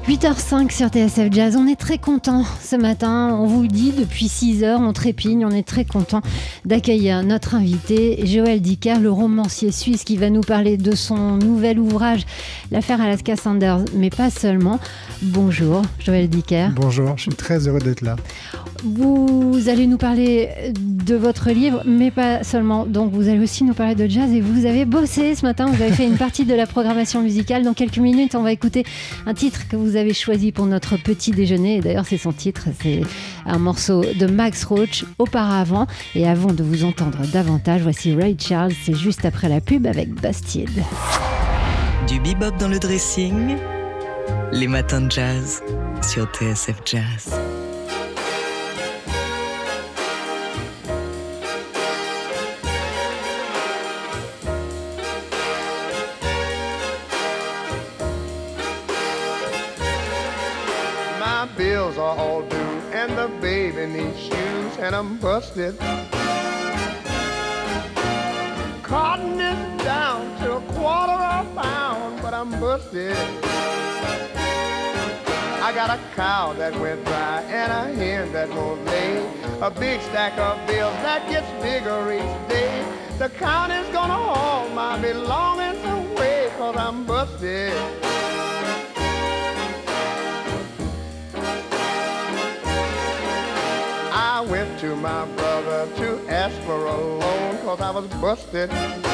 8h05 sur TSF Jazz, on est très content ce matin, on vous le dit depuis 6h, on trépigne, on est très content d'accueillir notre invité Joël Dicker, le romancier suisse qui va nous parler de son nouvel ouvrage, l'affaire Alaska Sanders, mais pas seulement. Bonjour Joël Dicker. Bonjour, je suis très heureux d'être là. Vous allez nous parler de votre livre, mais pas seulement, donc vous allez aussi nous parler de jazz et vous avez bossé ce matin, vous avez fait une partie de la programmation musicale. Dans quelques minutes, on va écouter un titre que vous avez choisi pour notre petit déjeuner. Et d'ailleurs, c'est son titre, c'est un morceau de Max Roach auparavant. Et avant de vous entendre davantage, voici Ray Charles, c'est juste après la pub avec Busted. Du bebop dans le dressing, les matins de jazz sur TSF Jazz. Bills are all due and the baby needs shoes and I'm busted. Cotton is down to a quarter of a pound, but I'm busted. I got a cow that went dry and a hen that won't lay, a big stack of bills that gets bigger each day. The county's gonna haul my belongings away 'cause I'm busted. I went to my brother to ask for a loan 'cause I was busted.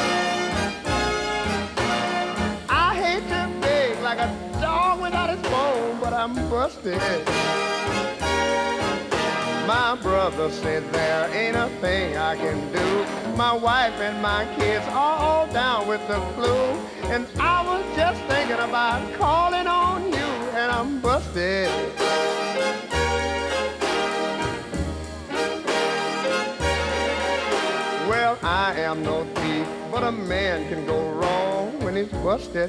I hate to beg like a dog without his bone, but I'm busted. My brother said there ain't a thing I can do. My wife and my kids are all down with the flu, and I was just thinking about calling on you, and I'm busted. Well, I am no thief, but a man can go wrong when he's busted.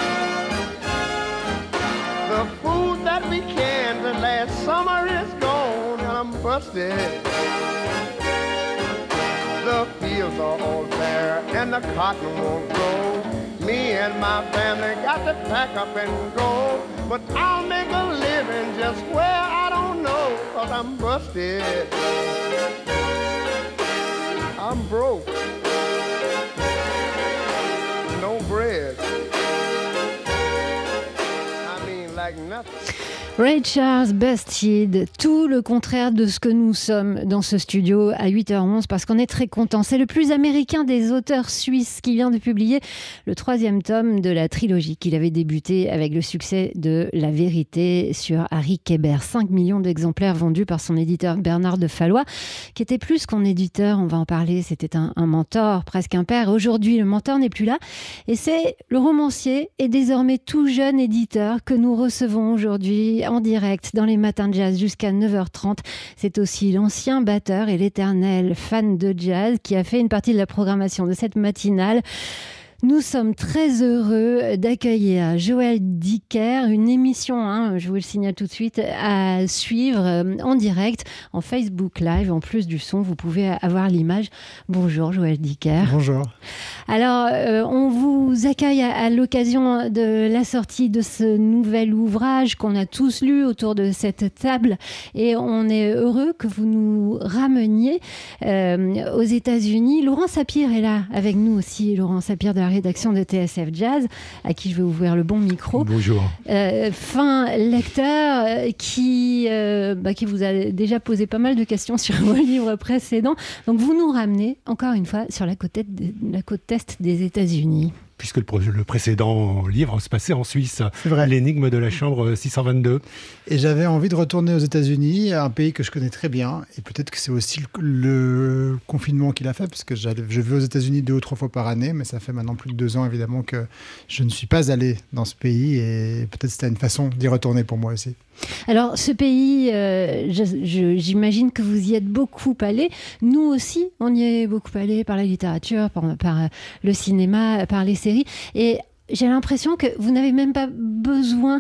The food that we canned last summer is gone, and I'm busted. The fields are all bare, and the cotton won't grow. Me and my family got to pack up and go. But I'll make a living just where I don't know, 'cause I'm busted. I'm broke. No bread. I mean, like nothing. Ray Charles, Busted, tout le contraire de ce que nous sommes dans ce studio à 8h11 parce qu'on est très contents. C'est le plus américain des auteurs suisses qui vient de publier le 3e tome de la trilogie qu'il avait débuté avec le succès de La Vérité sur Harry Kéber. 5 millions d'exemplaires vendus par son éditeur Bernard de Fallois, qui était plus qu'un éditeur, on va en parler, c'était un mentor, presque un père. Aujourd'hui, le mentor n'est plus là et c'est le romancier et désormais tout jeune éditeur que nous recevons aujourd'hui en direct dans les matins de jazz jusqu'à 9h30. C'est aussi l'ancien batteur et l'éternel fan de jazz qui a fait une partie de la programmation de cette matinale. Nous sommes très heureux d'accueillir Joël Dicker, une émission, je vous le signale tout de suite, à suivre en direct, en Facebook Live. En plus du son, vous pouvez avoir l'image. Bonjour Joël Dicker. Bonjour. Alors, on vous accueille à l'occasion de la sortie de ce nouvel ouvrage qu'on a tous lu autour de cette table et on est heureux que vous nous rameniez aux États-Unis. Laurent Sapir est là avec nous aussi, Laurent Sapir de la rédaction de TSF Jazz, à qui je vais ouvrir le bon micro. Bonjour. Fin lecteur qui vous a déjà posé pas mal de questions sur vos livres précédents. Donc vous nous ramenez encore une fois sur la côte est des États-Unis. Puisque le précédent livre se passait en Suisse. C'est vrai. L'énigme de la chambre 622. Et j'avais envie de retourner aux États-Unis, un pays que je connais très bien. Et peut-être que c'est aussi le confinement qui l'a fait, parce que je vais aux États-Unis 2 ou 3 fois par année, mais ça fait maintenant plus de 2 ans, évidemment, que je ne suis pas allé dans ce pays. Et peut-être c'était une façon d'y retourner pour moi aussi. Alors, ce pays, j'imagine que vous y êtes beaucoup allé. Nous aussi, on y est beaucoup allé par la littérature, par le cinéma, par les séries. Et j'ai l'impression que vous n'avez même pas besoin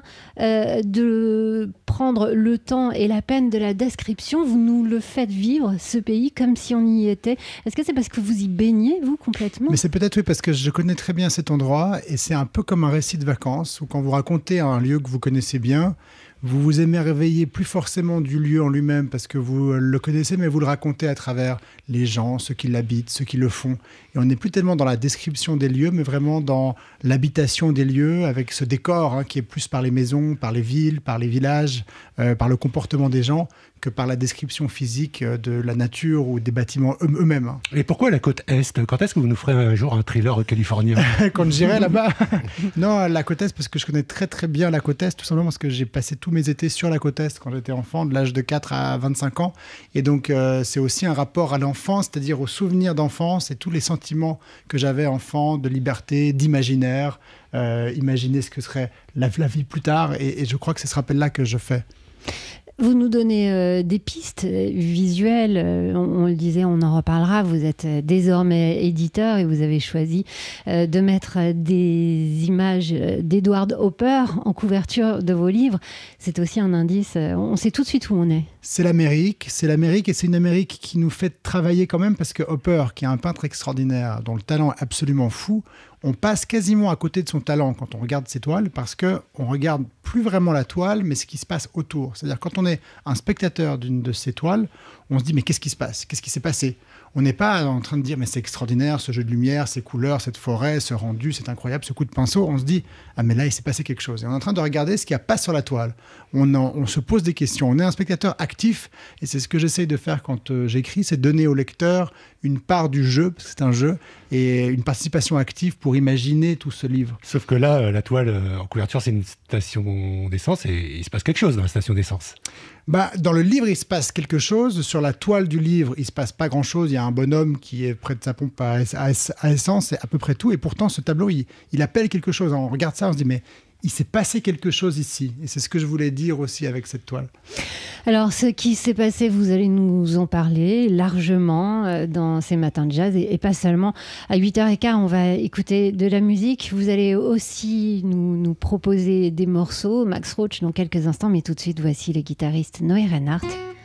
de prendre le temps et la peine de la description. Vous nous le faites vivre, ce pays, comme si on y était. Est-ce que c'est parce que vous y baignez, vous, complètement ? Mais c'est peut-être oui, parce que je connais très bien cet endroit et c'est un peu comme un récit de vacances où quand vous racontez un lieu que vous connaissez bien, vous vous émerveillez plus forcément du lieu en lui-même parce que vous le connaissez, mais vous le racontez à travers les gens, ceux qui l'habitent, ceux qui le font. Et on n'est plus tellement dans la description des lieux, mais vraiment dans l'habitation des lieux avec ce décor qui est plus par les maisons, par les villes, par les villages, par le comportement des gens que par la description physique de la nature ou des bâtiments eux-mêmes. Et pourquoi la côte Est ? Quand est-ce que vous nous ferez un jour un thriller californien ? Quand j'irai là-bas. Non, la côte Est, parce que je connais très très bien la côte Est, tout simplement parce que j'ai passé tous mes étés sur la côte Est quand j'étais enfant, de l'âge de 4 à 25 ans. Et donc, c'est aussi un rapport à l'enfance, c'est-à-dire aux souvenirs d'enfance et tous les sentiments que j'avais enfant, de liberté, d'imaginaire, imaginer ce que serait la vie plus tard. Et je crois que c'est ce rappel-là que je fais. Vous nous donnez des pistes visuelles, on le disait, on en reparlera, vous êtes désormais éditeur et vous avez choisi de mettre des images d'Edward Hopper en couverture de vos livres. C'est aussi un indice, on sait tout de suite où on est. C'est l'Amérique et c'est une Amérique qui nous fait travailler quand même parce que Hopper, qui est un peintre extraordinaire, dont le talent est absolument fou, on passe quasiment à côté de son talent quand on regarde ses toiles parce qu'on regarde plus vraiment la toile, mais ce qui se passe autour. C'est-à-dire quand on est un spectateur d'une de ces toiles, on se dit mais qu'est-ce qui se passe ? Qu'est-ce qui s'est passé ? On n'est pas en train de dire mais c'est extraordinaire ce jeu de lumière, ces couleurs, cette forêt, ce rendu, c'est incroyable, ce coup de pinceau. On se dit ah mais là il s'est passé quelque chose. Et on est en train de regarder ce qu'il n'y a pas sur la toile. On se pose des questions. On est un spectateur actif et c'est ce que j'essaye de faire quand j'écris, c'est donner au lecteur une part du jeu, parce que c'est un jeu, et une participation active pour imaginer tout ce livre. Sauf que là, la toile en couverture, c'est une station d'essence et il se passe quelque chose dans la station d'essence. Dans le livre, il se passe quelque chose. Sur la toile du livre, il ne se passe pas grand-chose. Il y a un bonhomme qui est près de sa pompe à essence, c'est à peu près tout. Et pourtant, ce tableau, il appelle quelque chose. On regarde ça, on se dit, mais il s'est passé quelque chose ici. Et c'est ce que je voulais dire aussi avec cette toile. Alors, ce qui s'est passé, vous allez nous en parler largement dans ces matins de jazz et pas seulement. À 8h15, on va écouter de la musique. Vous allez aussi nous proposer des morceaux. Max Roach dans quelques instants, mais tout de suite, voici le guitariste Noé Reinhardt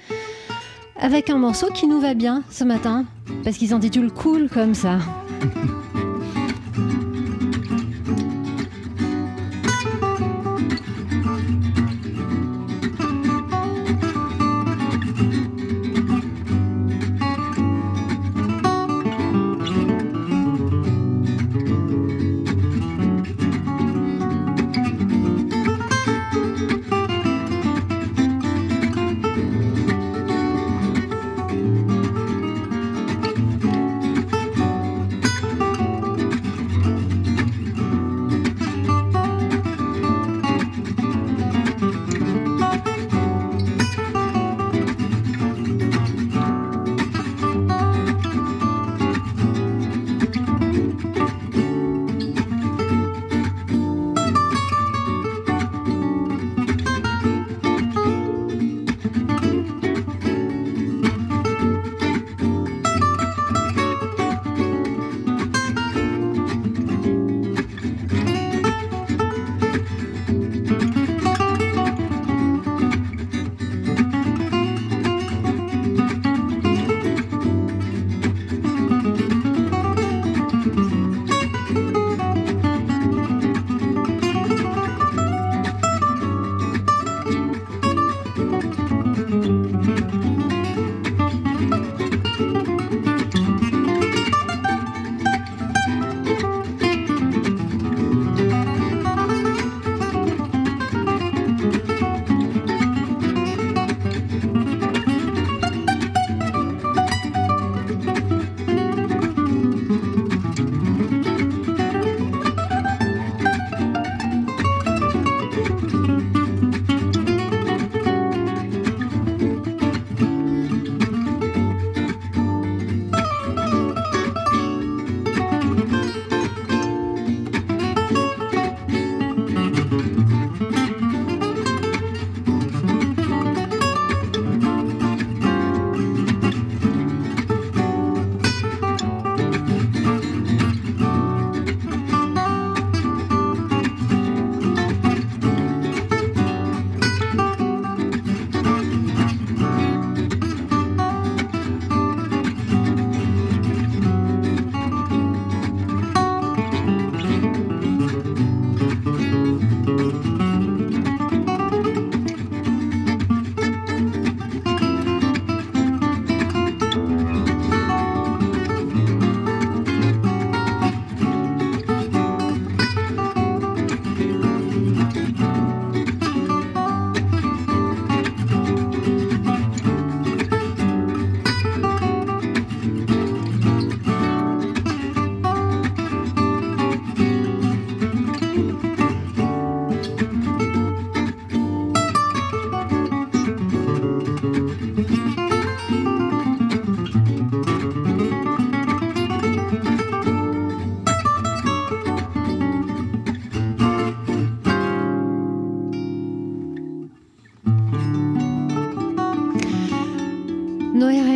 avec un morceau qui nous va bien ce matin parce qu'il s'intitule Cool comme ça.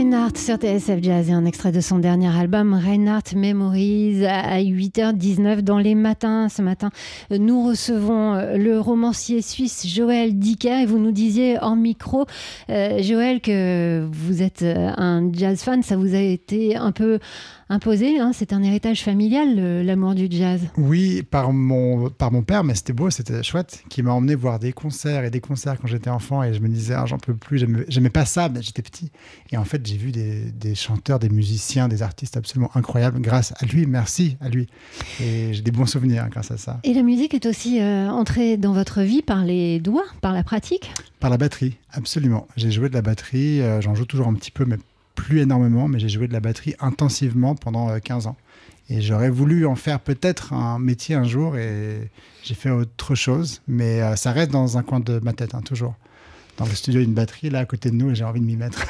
Reinhardt sur TSF Jazz et un extrait de son dernier album Reinhardt Memories à 8h19 dans les matins. Ce matin, nous recevons le romancier suisse Joël Dicker et vous nous disiez en micro, Joël, que vous êtes un jazz fan, ça vous a été un peu imposé, hein, c'est un héritage familial, l'amour du jazz. Oui, par mon père, mais c'était beau, c'était chouette, qui m'a emmené voir des concerts quand j'étais enfant et je me disais, j'en peux plus, j'aimais pas ça, mais j'étais petit. Et en fait, j'ai vu des chanteurs, des musiciens, des artistes absolument incroyables grâce à lui, merci à lui. Et j'ai des bons souvenirs grâce à ça. Et la musique est aussi entrée dans votre vie par les doigts, par la pratique ? Par la batterie, absolument. J'ai joué de la batterie, j'en joue toujours un petit peu, mais plus énormément, mais j'ai joué de la batterie intensivement pendant 15 ans. Et j'aurais voulu en faire peut-être un métier un jour et j'ai fait autre chose, mais ça reste dans un coin de ma tête, toujours. Dans le studio, il y a une batterie là à côté de nous et j'ai envie de m'y mettre.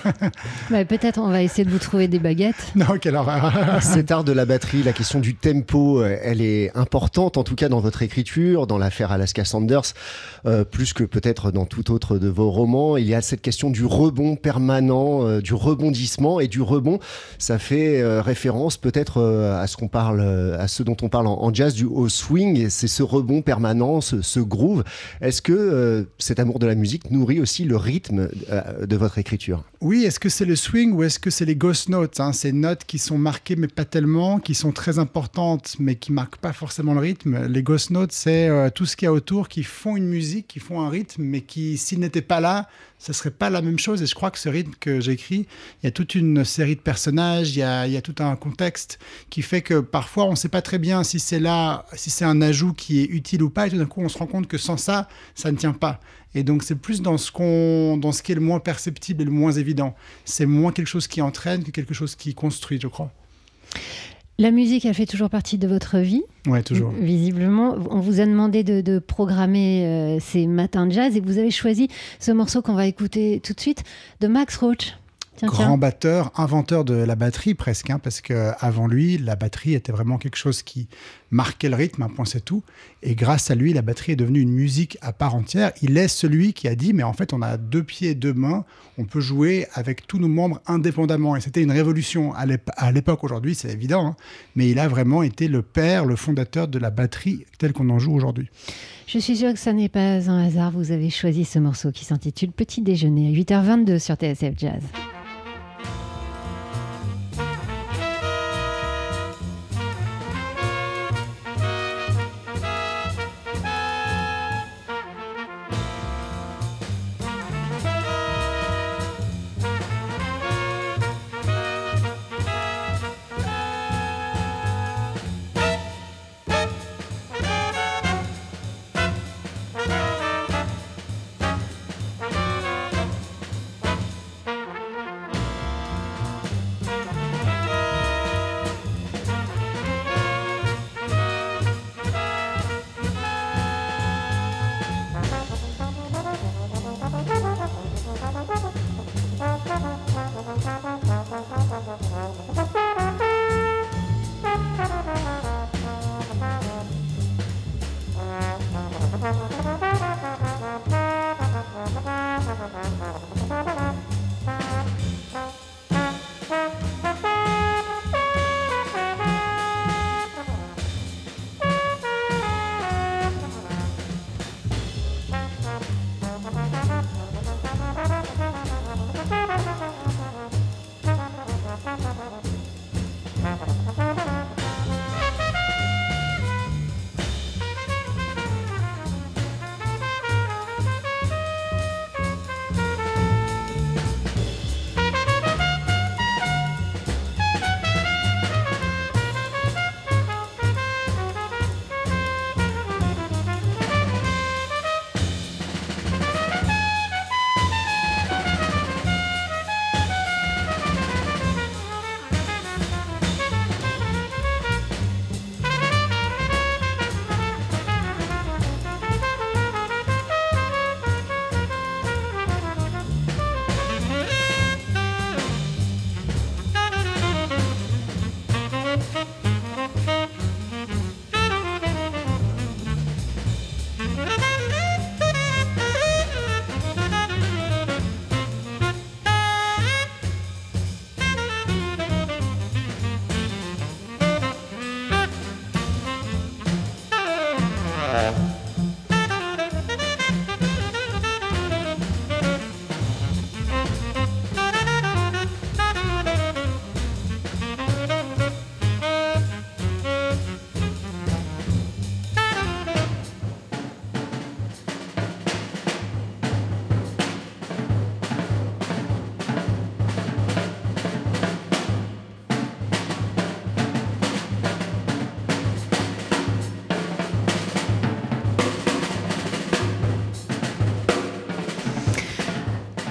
Peut-être on va essayer de vous trouver des baguettes. Non, quelle horreur. Cet art de la batterie, la question du tempo, elle est importante, en tout cas dans votre écriture, dans l'affaire Alaska Sanders, plus que peut-être dans tout autre de vos romans. Il y a cette question du rebond permanent, du rebondissement et du rebond. Ça fait référence peut-être à ce dont on parle en jazz, au swing. C'est ce rebond permanent, ce groove. Est-ce que cet amour de la musique nourrit aussi le rythme de votre écriture? Oui, est-ce que c'est le swing ou est-ce que c'est les ghost notes, ces notes qui sont marquées mais pas tellement, qui sont très importantes mais qui marquent pas forcément le rythme. Les ghost notes, c'est tout ce qu'il y a autour qui font une musique, qui font un rythme, mais qui, s'ils n'étaient pas là, ça serait pas la même chose. Et je crois que ce rythme que j'écris, il y a toute une série de personnages, il y a tout un contexte qui fait que parfois on ne sait pas très bien si c'est là, si c'est un ajout qui est utile ou pas. Et tout d'un coup, on se rend compte que sans ça, ça ne tient pas. Et donc, c'est plus dans ce qui est le moins perceptible et le moins évident. C'est moins quelque chose qui entraîne que quelque chose qui construit, je crois. La musique, elle fait toujours partie de votre vie. Oui, toujours. Visiblement, on vous a demandé de programmer ces matins de jazz et vous avez choisi ce morceau qu'on va écouter tout de suite de Max Roach. Grand batteur, inventeur de la batterie presque, parce qu'avant lui, la batterie était vraiment quelque chose qui marquait le rythme, un point c'est tout. Et grâce à lui, la batterie est devenue une musique à part entière. Il est celui qui a dit, mais en fait, on a 2 pieds, 2 mains, on peut jouer avec tous nos membres indépendamment. Et c'était une révolution à l'époque. Aujourd'hui, c'est évident, mais il a vraiment été le père, le fondateur de la batterie telle qu'on en joue aujourd'hui. Je suis sûre que ça n'est pas un hasard. Vous avez choisi ce morceau qui s'intitule Petit déjeuner à 8h22 sur TSF Jazz.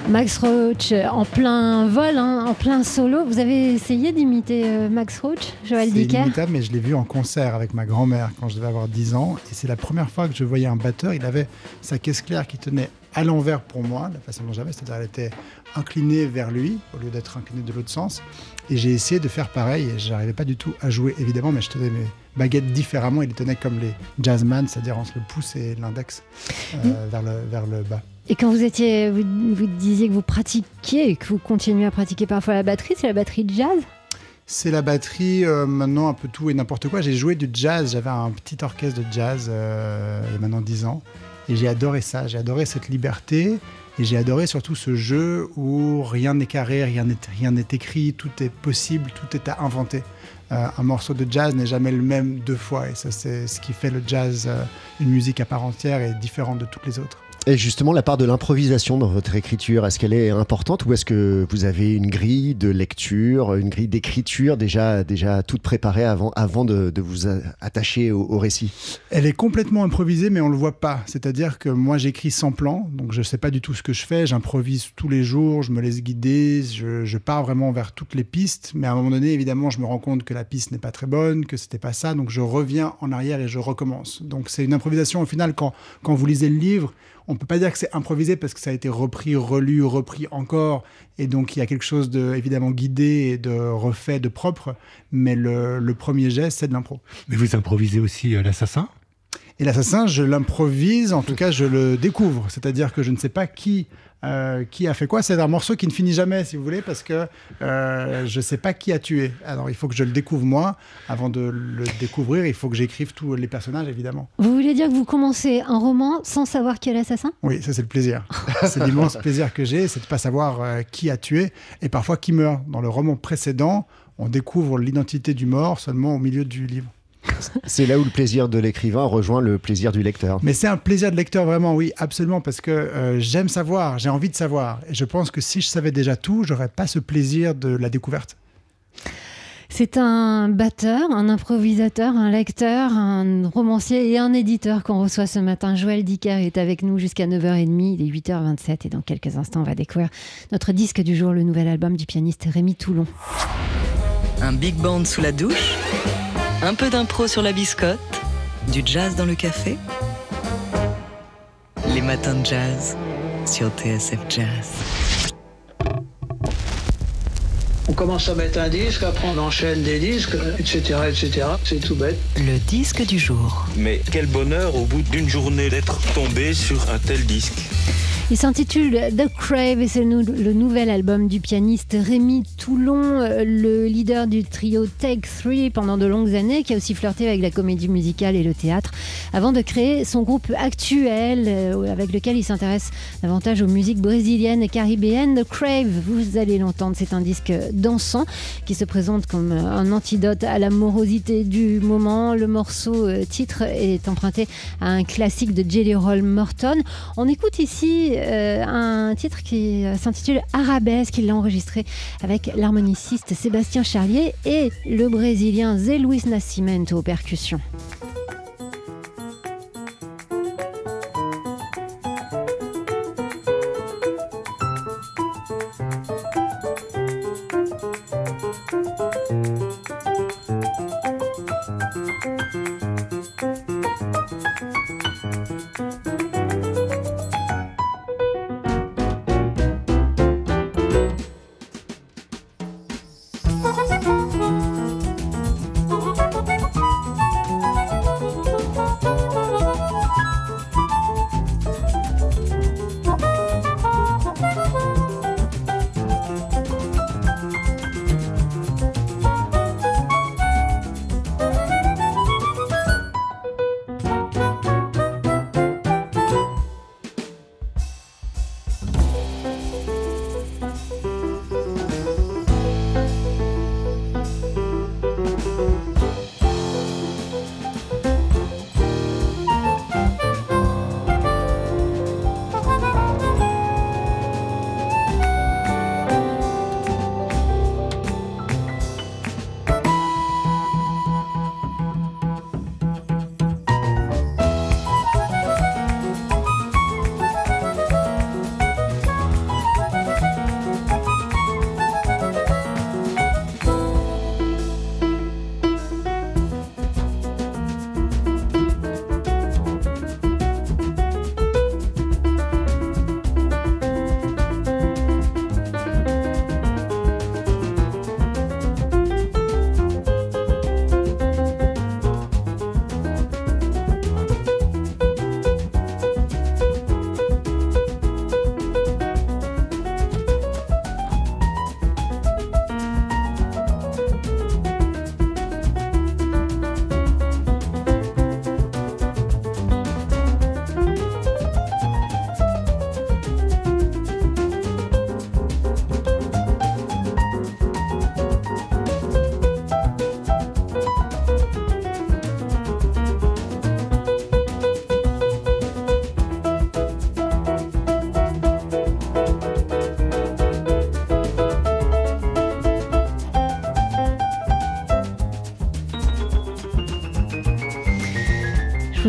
Max Roach en plein vol, en plein solo. Vous avez essayé d'imiter Max Roach, Joël Dicker ? C'est inimitable, mais je l'ai vu en concert avec ma grand-mère quand je devais avoir 10 ans. Et c'est la première fois que je voyais un batteur. Il avait sa caisse claire qui tenait à l'envers pour moi, la façon dont j'avais, c'est-à-dire elle était inclinée vers lui au lieu d'être inclinée de l'autre sens. Et j'ai essayé de faire pareil et j'arrivais pas du tout à jouer, évidemment, mais je tenais mes baguettes différemment. Il les tenait comme les jazzman, c'est-à-dire entre le pouce et l'index vers le bas. Et quand vous disiez que vous pratiquiez et que vous continuez à pratiquer parfois la batterie, c'est la batterie de jazz ? C'est la batterie, maintenant un peu tout et n'importe quoi. J'ai joué du jazz, j'avais un petit orchestre de jazz il y a maintenant 10 ans. Et j'ai adoré ça, j'ai adoré cette liberté. Et j'ai adoré surtout ce jeu où rien n'est carré, rien n'est écrit, tout est possible, tout est à inventer. Un morceau de jazz n'est jamais le même deux fois. Et ça, c'est ce qui fait le jazz une musique à part entière et différente de toutes les autres. Et justement, la part de l'improvisation dans votre écriture, est-ce qu'elle est importante ou est-ce que vous avez une grille de lecture, une grille d'écriture déjà toute préparée avant de vous attacher au récit ? Elle est complètement improvisée, mais on ne le voit pas. C'est-à-dire que moi, j'écris sans plan, donc je ne sais pas du tout ce que je fais. J'improvise tous les jours, je me laisse guider, je pars vraiment vers toutes les pistes. Mais à un moment donné, évidemment, je me rends compte que la piste n'est pas très bonne, que ce n'était pas ça. Donc je reviens en arrière et je recommence. Donc c'est une improvisation au final. Quand vous lisez le livre, on ne peut pas dire que c'est improvisé parce que ça a été repris, relu, repris encore. Et donc, il y a quelque chose de, évidemment, guidé et de refait, de propre. Mais le premier geste, c'est de l'impro. Mais vous improvisez aussi l'assassin ? Et l'assassin, je l'improvise, en tout cas, je le découvre. C'est-à-dire que je ne sais pas qui a fait quoi. C'est un morceau qui ne finit jamais, si vous voulez, parce que je ne sais pas qui a tué. Alors, il faut que je le découvre moi. Avant de le découvrir, il faut que j'écrive tous les personnages, évidemment. Vous voulez dire que vous commencez un roman sans savoir qui est l'assassin ? Oui, ça, c'est le plaisir. C'est l'immense plaisir que j'ai, c'est de ne pas savoir qui a tué et parfois qui meurt. Dans le roman précédent, on découvre l'identité du mort seulement au milieu du livre. C'est là où le plaisir de l'écrivain rejoint le plaisir du lecteur. Mais c'est un plaisir de lecteur vraiment, oui, absolument, parce que j'aime savoir, j'ai envie de savoir. Et je pense que si je savais déjà tout, j'aurais pas ce plaisir de la découverte. C'est un batteur, un improvisateur, un lecteur, un romancier et un éditeur qu'on reçoit ce matin. Joël Dicker est avec nous jusqu'à 9h30, il est 8h27 et dans quelques instants on va découvrir notre disque du jour, le nouvel album du pianiste Rémi Toulon. Un big band sous la douche, un peu d'impro sur la biscotte, du jazz dans le café. Les matins de jazz sur TSF Jazz. On commence à mettre un disque, après on enchaîne des disques, etc., etc. C'est tout bête. Le disque du jour. Mais quel bonheur au bout d'une journée d'être tombé sur un tel disque. Il s'intitule The Crave et c'est le nouvel album du pianiste Rémi Toulon, le leader du trio Take 3 pendant de longues années, qui a aussi flirté avec la comédie musicale et le théâtre, avant de créer son groupe actuel avec lequel il s'intéresse davantage aux musiques brésiliennes et caribéennes. The Crave, vous allez l'entendre, c'est un disque dansant qui se présente comme un antidote à la morosité du moment. Le morceau titre est emprunté à un classique de Jelly Roll Morton. On écoute ici un titre qui s'intitule Arabesque. Il l'a enregistré avec l'harmoniciste Sébastien Charlier et le Brésilien Zé Luis Nascimento aux percussions.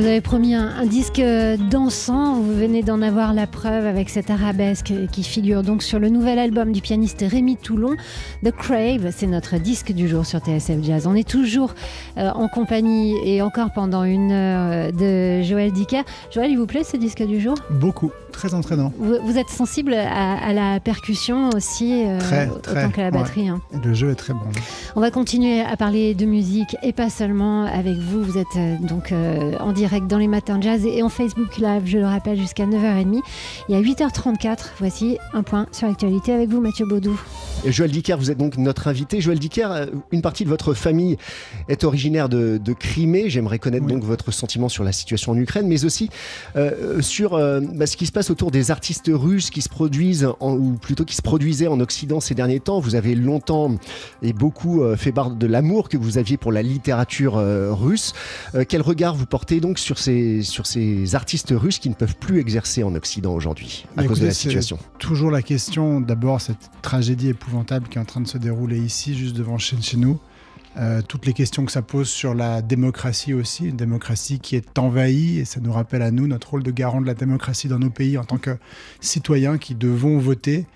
Vous avez promis un disque dansant, vous venez d'en avoir la preuve avec cette arabesque qui figure donc sur le nouvel album du pianiste Rémi Toulon, The Crave. C'est notre disque du jour sur TSF Jazz. On est toujours en compagnie et encore pendant une heure de Joël Dicker. Joël, il vous plaît ce disque du jour ? Beaucoup, très entraînant. Vous êtes sensible à la percussion aussi, autant qu'à la batterie. Ouais. Le jeu est très bon. On va continuer à parler de musique et pas seulement avec vous. Vous êtes donc en direct dans les matins de jazz et en Facebook Live, je le rappelle, jusqu'à 9h30. Et à 8h34, voici un point sur l'actualité avec vous, Mathieu Baudou. Et Joël Dicker, vous êtes donc notre invité. Joël Dicker, une partie de votre famille est originaire de Crimée. J'aimerais connaître donc votre sentiment sur la situation en Ukraine, mais aussi sur ce qui se passe autour des artistes russes qui se produisent, ou plutôt qui se produisaient en Occident ces derniers temps. Vous avez longtemps et beaucoup fait part de l'amour que vous aviez pour la littérature russe. Quel regard vous portez donc sur ces artistes russes qui ne peuvent plus exercer en Occident aujourd'hui à cause de la situation ? Toujours la question, d'abord, cette tragédie épouvantable qui est en train de se dérouler ici, juste devant chez nous. Toutes les questions que ça pose sur la démocratie aussi, une démocratie qui est envahie, et ça nous rappelle à nous notre rôle de garant de la démocratie dans nos pays en tant que citoyens qui devons voter.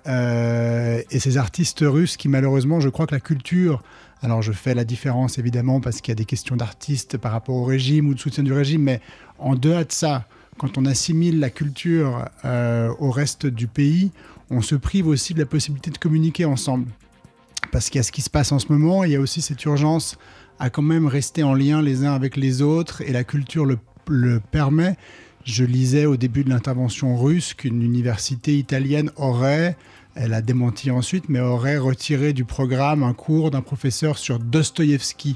Et ces artistes russes qui, malheureusement, je crois que la culture... Alors je fais la différence évidemment parce qu'il y a des questions d'artistes par rapport au régime ou de soutien du régime, mais en dehors de ça, quand on assimile la culture au reste du pays, on se prive aussi de la possibilité de communiquer ensemble. Parce qu'il y a ce qui se passe en ce moment, il y a aussi cette urgence à quand même rester en lien les uns avec les autres, et la culture le permet. Je lisais au début de l'intervention russe qu'une université italienne elle a démenti ensuite, mais aurait retiré du programme un cours d'un professeur sur Dostoïevski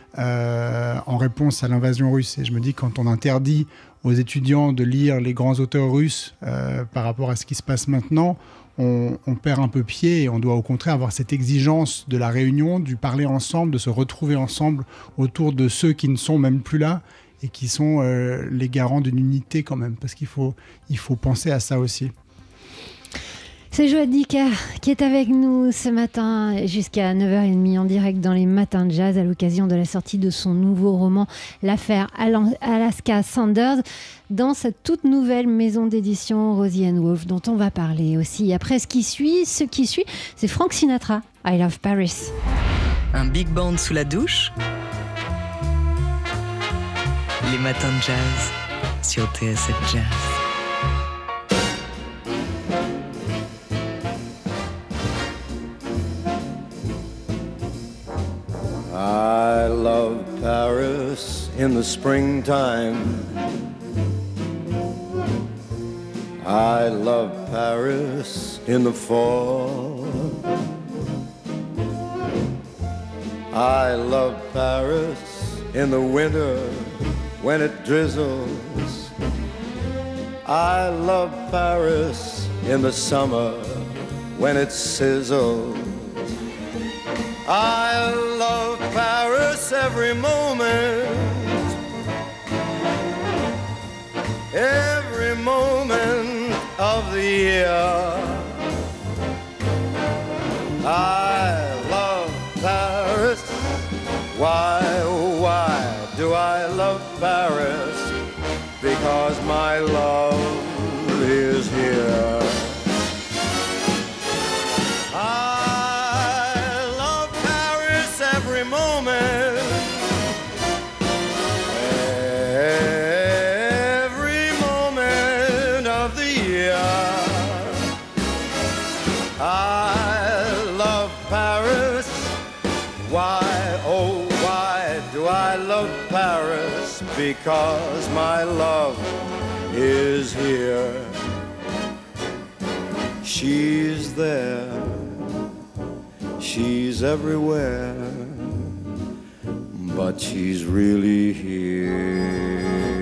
en réponse à l'invasion russe. Et je me dis, quand on interdit aux étudiants de lire les grands auteurs russes par rapport à ce qui se passe maintenant, on perd un peu pied, et on doit au contraire avoir cette exigence de la réunion, du parler ensemble, de se retrouver ensemble autour de ceux qui ne sont même plus là et qui sont les garants d'une unité quand même, parce qu'il faut penser à ça aussi. C'est Joël Dicker qui est avec nous ce matin jusqu'à 9h30 en direct dans les matins de jazz à l'occasion de la sortie de son nouveau roman L'affaire Alaska Sanders dans cette toute nouvelle maison d'édition Rosie & Wolf dont on va parler aussi. Après ce qui suit, c'est Frank Sinatra, I Love Paris. Un big band sous la douche. Les matins de jazz sur TSF Jazz. I love Paris in the springtime. I love Paris in the fall. I love Paris in the winter when it drizzles. I love Paris in the summer when it sizzles. I love Paris every moment of the year. I love Paris. Why do I love Paris? Because my love is here. Because my love is here. She's there, she's everywhere, but she's really here.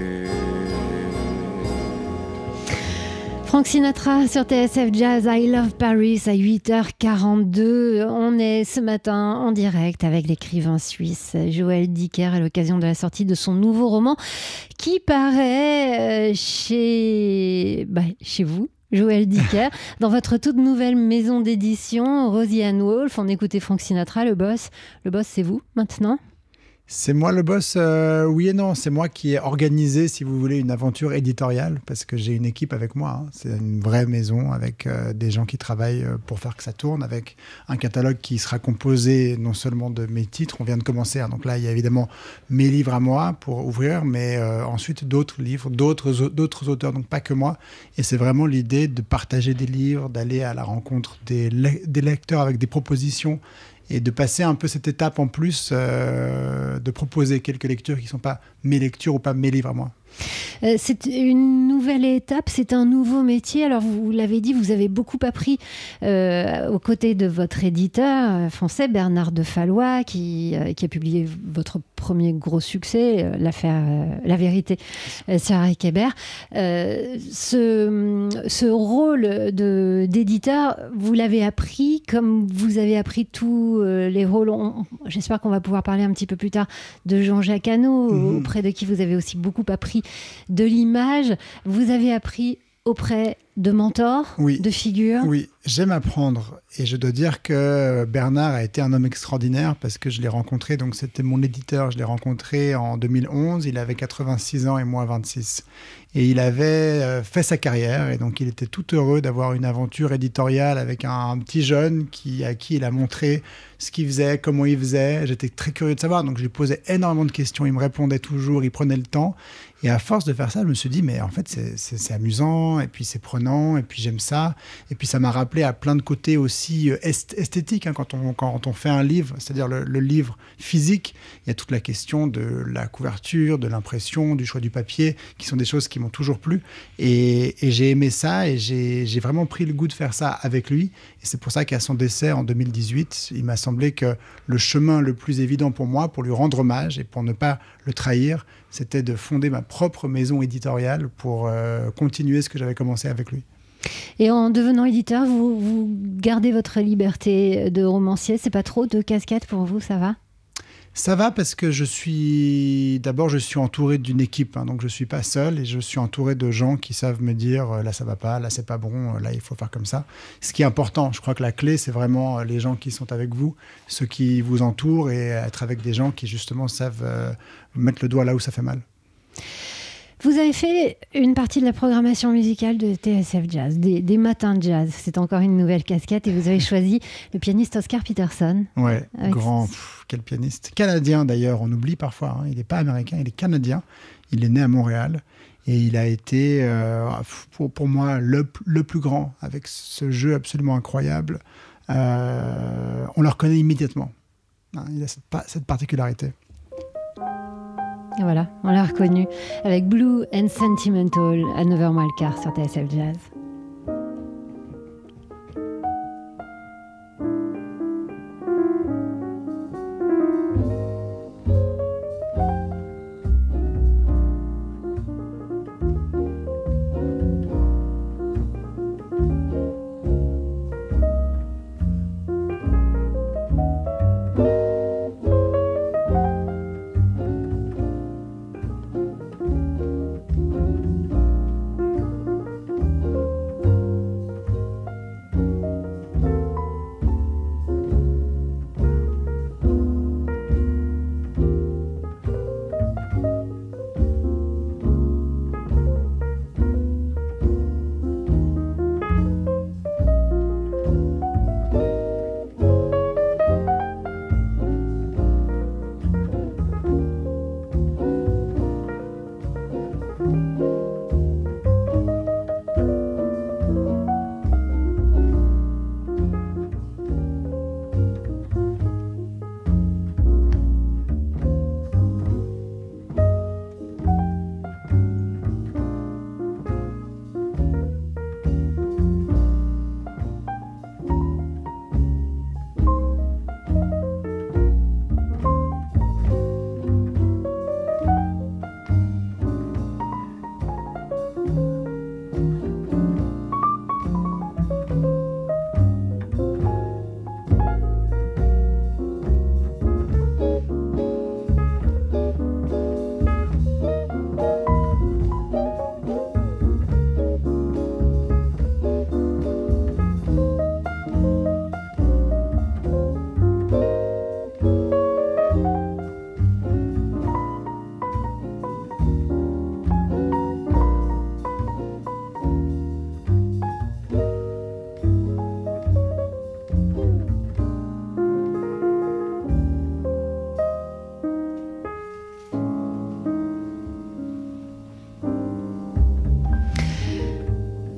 Frank Sinatra sur TSF Jazz, I Love Paris à 8h42. On est ce matin en direct avec l'écrivain suisse Joël Dicker à l'occasion de la sortie de son nouveau roman qui paraît chez vous, Joël Dicker, dans votre toute nouvelle maison d'édition Rosie & Wolf. On écoutait Frank Sinatra, le boss. Le boss, c'est vous maintenant ? C'est moi le boss, oui et non. C'est moi qui ai organisé, si vous voulez, une aventure éditoriale parce que j'ai une équipe avec moi. Hein. C'est une vraie maison avec des gens qui travaillent pour faire que ça tourne, avec un catalogue qui sera composé non seulement de mes titres, on vient de commencer. Hein. Donc là, il y a évidemment mes livres à moi pour ouvrir, mais ensuite d'autres livres, d'autres auteurs, donc pas que moi. Et c'est vraiment l'idée de partager des livres, d'aller à la rencontre des lecteurs avec des propositions. Et de passer un peu cette étape en plus, de proposer quelques lectures qui ne sont pas mes lectures ou pas mes livres à moi. C'est une nouvelle étape, c'est un nouveau métier. Alors, vous l'avez dit, vous avez beaucoup appris aux côtés de votre éditeur français, Bernard de Fallois, qui a publié votre premier gros succès, l'affaire La Vérité, sur Eric Hébert. Ce rôle d'éditeur, vous l'avez appris comme vous avez appris tous les rôles. J'espère qu'on va pouvoir parler un petit peu plus tard de Jean-Jacques Hano, auprès de qui vous avez aussi beaucoup appris de l'image. Vous avez appris auprès de mentors, de figures. Oui, j'aime apprendre. Et je dois dire que Bernard a été un homme extraordinaire parce que je l'ai rencontré, donc c'était mon éditeur, je l'ai rencontré en 2011, il avait 86 ans et moi 26. Et il avait fait sa carrière et donc il était tout heureux d'avoir une aventure éditoriale avec un petit jeune à qui il a montré ce qu'il faisait, comment il faisait. J'étais très curieux de savoir, donc je lui posais énormément de questions, il me répondait toujours, il prenait le temps. Et à force de faire ça, je me suis dit, mais en fait, c'est amusant, et puis c'est prenant, et puis j'aime ça. Et puis ça m'a rappelé à plein de côtés aussi esthétiques, hein, quand on fait un livre, c'est-à-dire le livre physique, il y a toute la question de la couverture, de l'impression, du choix du papier, qui sont des choses qui m'ont toujours plu. Et j'ai aimé ça, et j'ai vraiment pris le goût de faire ça avec lui. Et c'est pour ça qu'à son décès en 2018, il m'a semblé que le chemin le plus évident pour moi, pour lui rendre hommage et pour ne pas le trahir, c'était de fonder ma propre maison éditoriale pour continuer ce que j'avais commencé avec lui. Et en devenant éditeur, vous gardez votre liberté de romancier. C'est pas trop de casquettes pour vous, ça va ? Ça va parce que je suis entouré d'une équipe, hein, donc je ne suis pas seul et je suis entouré de gens qui savent me dire là ça va pas, là c'est pas bon, là il faut faire comme ça. Ce qui est important, je crois que la clé c'est vraiment les gens qui sont avec vous, ceux qui vous entourent et être avec des gens qui justement savent mettre le doigt là où ça fait mal. Vous avez fait une partie de la programmation musicale de TSF Jazz, des matins de jazz. C'est encore une nouvelle casquette et vous avez choisi le pianiste Oscar Peterson. Ouais, quel pianiste. Canadien d'ailleurs, on oublie parfois. Hein, il n'est pas américain, il est canadien. Il est né à Montréal et il a été, pour moi, le plus grand avec ce jeu absolument incroyable. On le reconnaît immédiatement. Hein, il a cette particularité. Et voilà, on l'a reconnu avec Blue and Sentimental à 9h moins le quart sur TSF Jazz.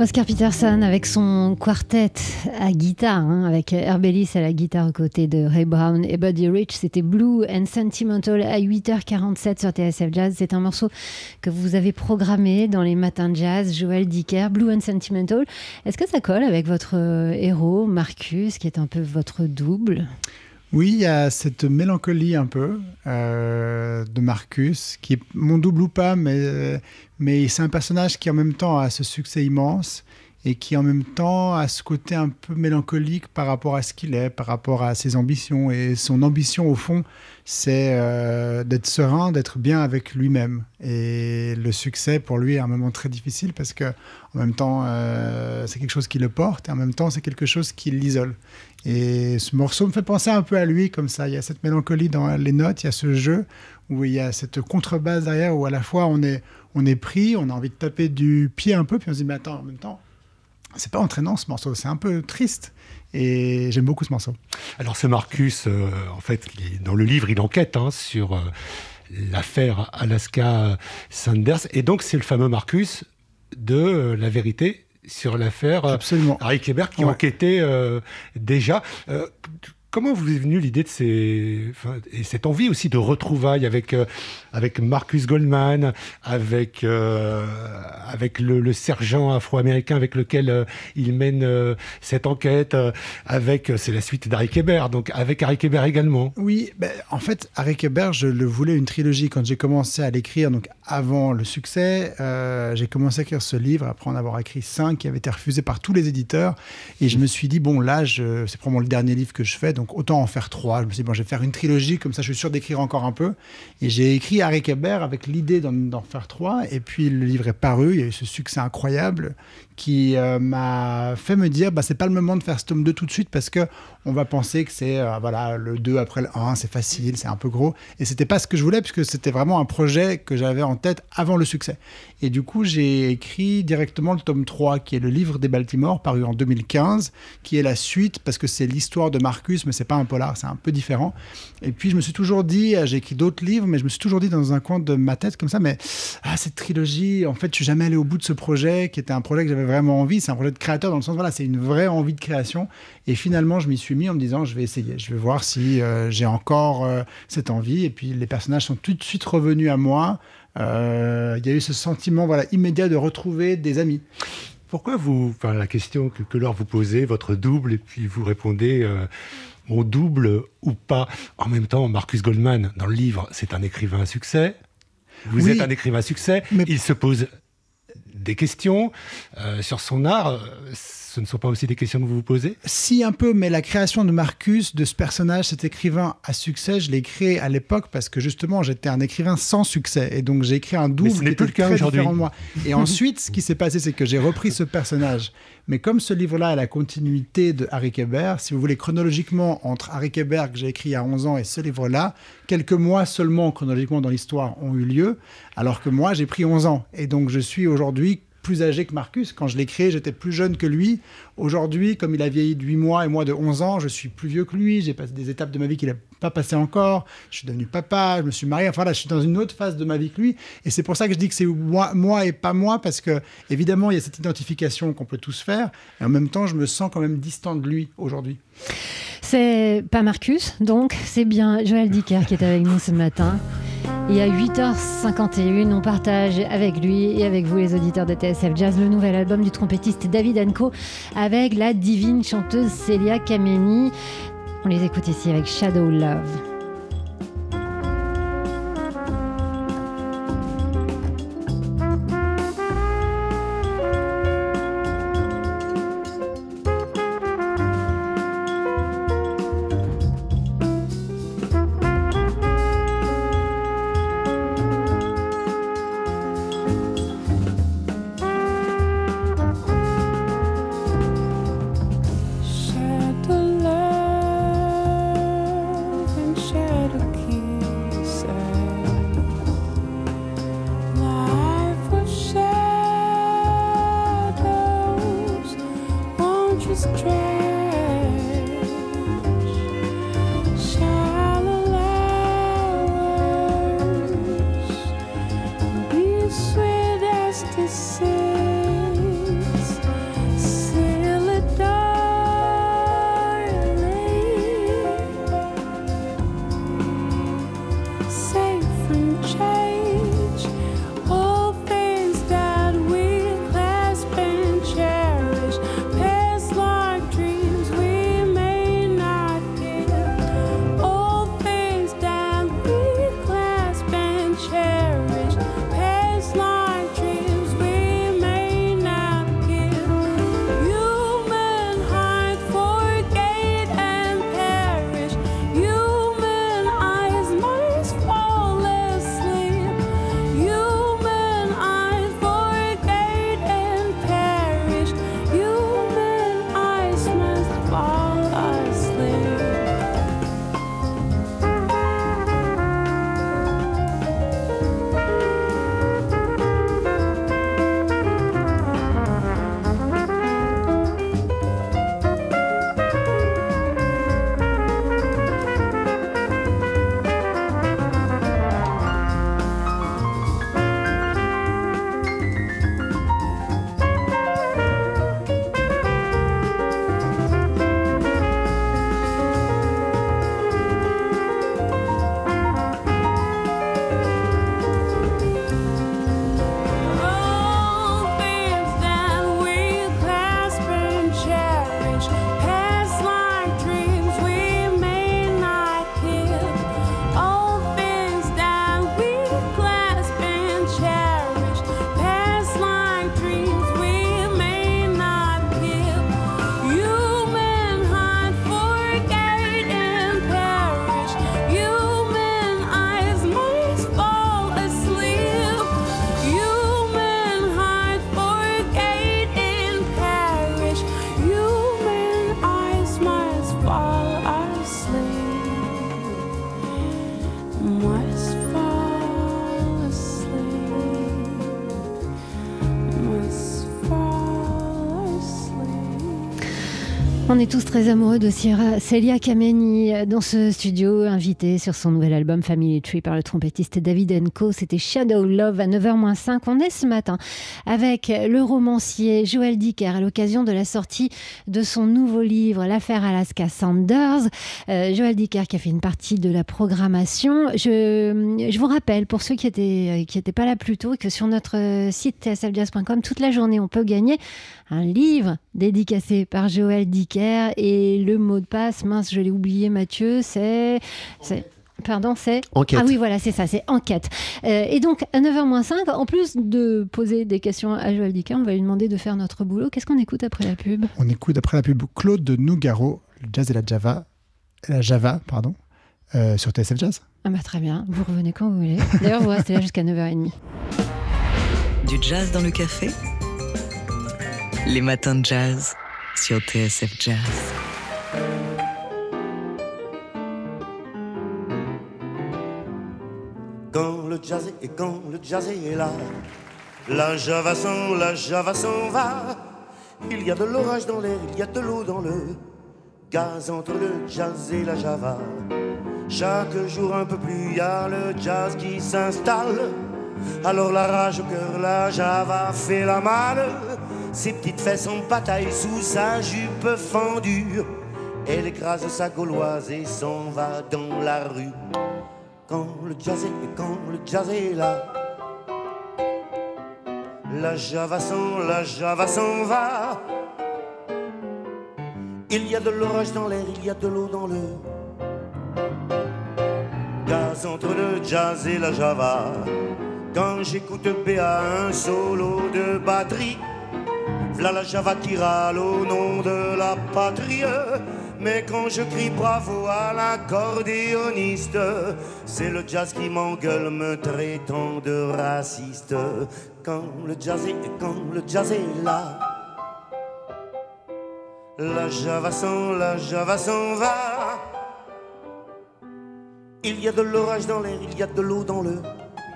Oscar Peterson avec son quartet à guitare, avec Herb Ellis à la guitare aux côtés de Ray Brown et Buddy Rich. C'était Blue and Sentimental à 8h47 sur TSF Jazz. C'est un morceau que vous avez programmé dans les matins de jazz. Joël Dicker, Blue and Sentimental. Est-ce que ça colle avec votre héros, Marcus, qui est un peu votre double ? Oui, il y a cette mélancolie un peu de Marcus, qui est mon double ou pas, mais c'est un personnage qui en même temps a ce succès immense et qui en même temps a ce côté un peu mélancolique par rapport à ce qu'il est, par rapport à ses ambitions. Et son ambition, au fond, c'est d'être serein, d'être bien avec lui-même. Et le succès, pour lui, est un moment très difficile parce que en même temps, c'est quelque chose qui le porte et en même temps, c'est quelque chose qui l'isole. Et ce morceau me fait penser un peu à lui, comme ça. Il y a cette mélancolie dans les notes, il y a ce jeu où il y a cette contrebasse derrière, où à la fois on est pris, on a envie de taper du pied un peu, puis on se dit, mais attends, en même temps, c'est pas entraînant ce morceau, c'est un peu triste. Et j'aime beaucoup ce morceau. Alors ce Marcus, en fait, dans le livre, il enquête sur l'affaire Alaska Sanders. Et donc c'est le fameux Marcus de La Vérité sur l'affaire Harry Kéber qui enquêtait déjà. Comment vous est venue l'idée de et cette envie aussi de retrouvailles avec Marcus Goldman, avec le sergent afro-américain avec lequel il mène cette enquête, c'est la suite d'Harry Kéber, donc avec Harry Kéber également. Oui, en fait, Harry Kéber, je le voulais une trilogie quand j'ai commencé à l'écrire, donc avant le succès. J'ai commencé à écrire ce livre après en avoir écrit 5 qui avaient été refusés par tous les éditeurs, et je me suis dit, bon là, c'est probablement le dernier livre que je fais, donc autant en faire 3. Je me suis dit, bon, je vais faire une trilogie, comme ça je suis sûr d'écrire encore un peu. Et j'ai écrit Harry Kéber avec l'idée d'en faire 3. Et puis le livre est paru, il y a eu ce succès incroyable qui m'a fait me dire, c'est pas le moment de faire ce tome 2 tout de suite parce qu'on va penser que c'est le 2 après le 1, c'est facile, c'est un peu gros. Et c'était pas ce que je voulais puisque c'était vraiment un projet que j'avais en tête avant le succès. Et du coup, j'ai écrit directement le tome 3 qui est le livre des Baltimore, paru en 2015, qui est la suite parce que c'est l'histoire de Marcus, mais c'est pas un polar, c'est un peu différent. Et puis je me suis toujours dit, j'ai écrit d'autres livres, mais je me suis toujours dit dans un coin de ma tête comme ça, mais cette trilogie, en fait, je suis jamais allé au bout de ce projet qui était un projet que j'avais vraiment envie. C'est un projet de créateur dans le sens, c'est une vraie envie de création. Et finalement, je m'y suis mis en me disant, je vais essayer, je vais voir si j'ai encore cette envie. Et puis les personnages sont tout de suite revenus à moi. Il y a eu ce sentiment immédiat de retrouver des amis. Pourquoi la question que Laure vous posez, votre double, et puis vous répondez mon double ou pas. En même temps, Marcus Goldman, dans le livre, c'est un écrivain à succès. Vous êtes un écrivain à succès. Mais... il se pose des questions sur son art. Ce ne sont pas aussi des questions que vous vous posez ? Si, un peu, mais la création de Marcus, de ce personnage, cet écrivain à succès, je l'ai créé à l'époque parce que justement, j'étais un écrivain sans succès. Et donc, j'ai écrit un double qui était très différent de moi. Et ensuite, ce qui s'est passé, c'est que j'ai repris ce personnage. Mais comme ce livre-là est la continuité de Harry Kéber, si vous voulez, chronologiquement, entre Harry Kéber, que j'ai écrit il y a 11 ans, et ce livre-là, quelques mois seulement, chronologiquement, dans l'histoire, ont eu lieu, alors que moi, j'ai pris 11 ans. Et donc, je suis aujourd'hui plus âgé que Marcus. Quand je l'ai créé, j'étais plus jeune que lui. Aujourd'hui, comme il a vieilli de 8 mois et moi de 11 ans, je suis plus vieux que lui. J'ai passé des étapes de ma vie qu'il n'a pas passées encore. Je suis devenu papa, je me suis marié. Enfin là, je suis dans une autre phase de ma vie que lui. Et c'est pour ça que je dis que c'est moi et pas moi, parce que évidemment, il y a cette identification qu'on peut tous faire. Et en même temps, je me sens quand même distant de lui aujourd'hui. C'est pas Marcus, donc c'est bien Joël Dicker qui est avec nous ce matin. Et à 8h51, on partage avec lui et avec vous, les auditeurs de TSF Jazz, le nouvel album du trompettiste David Anko avec la divine chanteuse Célia Kameni. On les écoute ici avec Shadow Love. Sweet as to say On est tous très amoureux de Celia Kameni dans ce studio, invité sur son nouvel album Family Tree par le trompettiste David Enco. C'était Shadow Love à 9h-5. On est ce matin avec le romancier Joël Dicker à l'occasion de la sortie de son nouveau livre L'affaire Alaska Sanders. Joël Dicker qui a fait une partie de la programmation. Je vous rappelle, pour ceux qui étaient pas là plus tôt, que sur notre site tsfjazz.com, toute la journée, on peut gagner un livre dédicacé par Joël Dicker, et le mot de passe, mince, je l'ai oublié, Mathieu, c'est Enquête. Ah oui, voilà, c'est ça, c'est Enquête. Et donc, à 9h-5, en plus de poser des questions à Joël Dicker, on va lui demander de faire notre boulot. Qu'est-ce qu'on écoute après la pub ? On écoute après la pub Claude de Nougaro, le jazz et la Java, sur TSF Jazz. Ah bah très bien, vous revenez quand vous voulez. D'ailleurs, vous restez là jusqu'à 9h30. Du jazz dans le café ? Les matins de jazz sur TSF Jazz. Quand le jazz est là, la Java s'en va. Il y a de l'orage dans l'air, il y a de l'eau dans le gaz entre le jazz et la Java. Chaque jour un peu plus, il y a le jazz qui s'installe. Alors la rage au cœur, la Java fait la malle. Ses petites fesses en bataille sous sa jupe fendue. Elle écrase sa gauloise et s'en va dans la rue. Quand le jazz est là, la Java s'en va. Il y a de l'orage dans l'air, il y a de l'eau dans le gaz entre le jazz et la Java. Quand j'écoute Béa un solo de batterie, v'là la Java qui râle au nom de la patrie. Mais quand je crie bravo à l'accordéoniste, c'est le jazz qui m'engueule me traitant de raciste. Quand le jazz est là, la Java s'en va. Il y a de l'orage dans l'air, il y a de l'eau dans le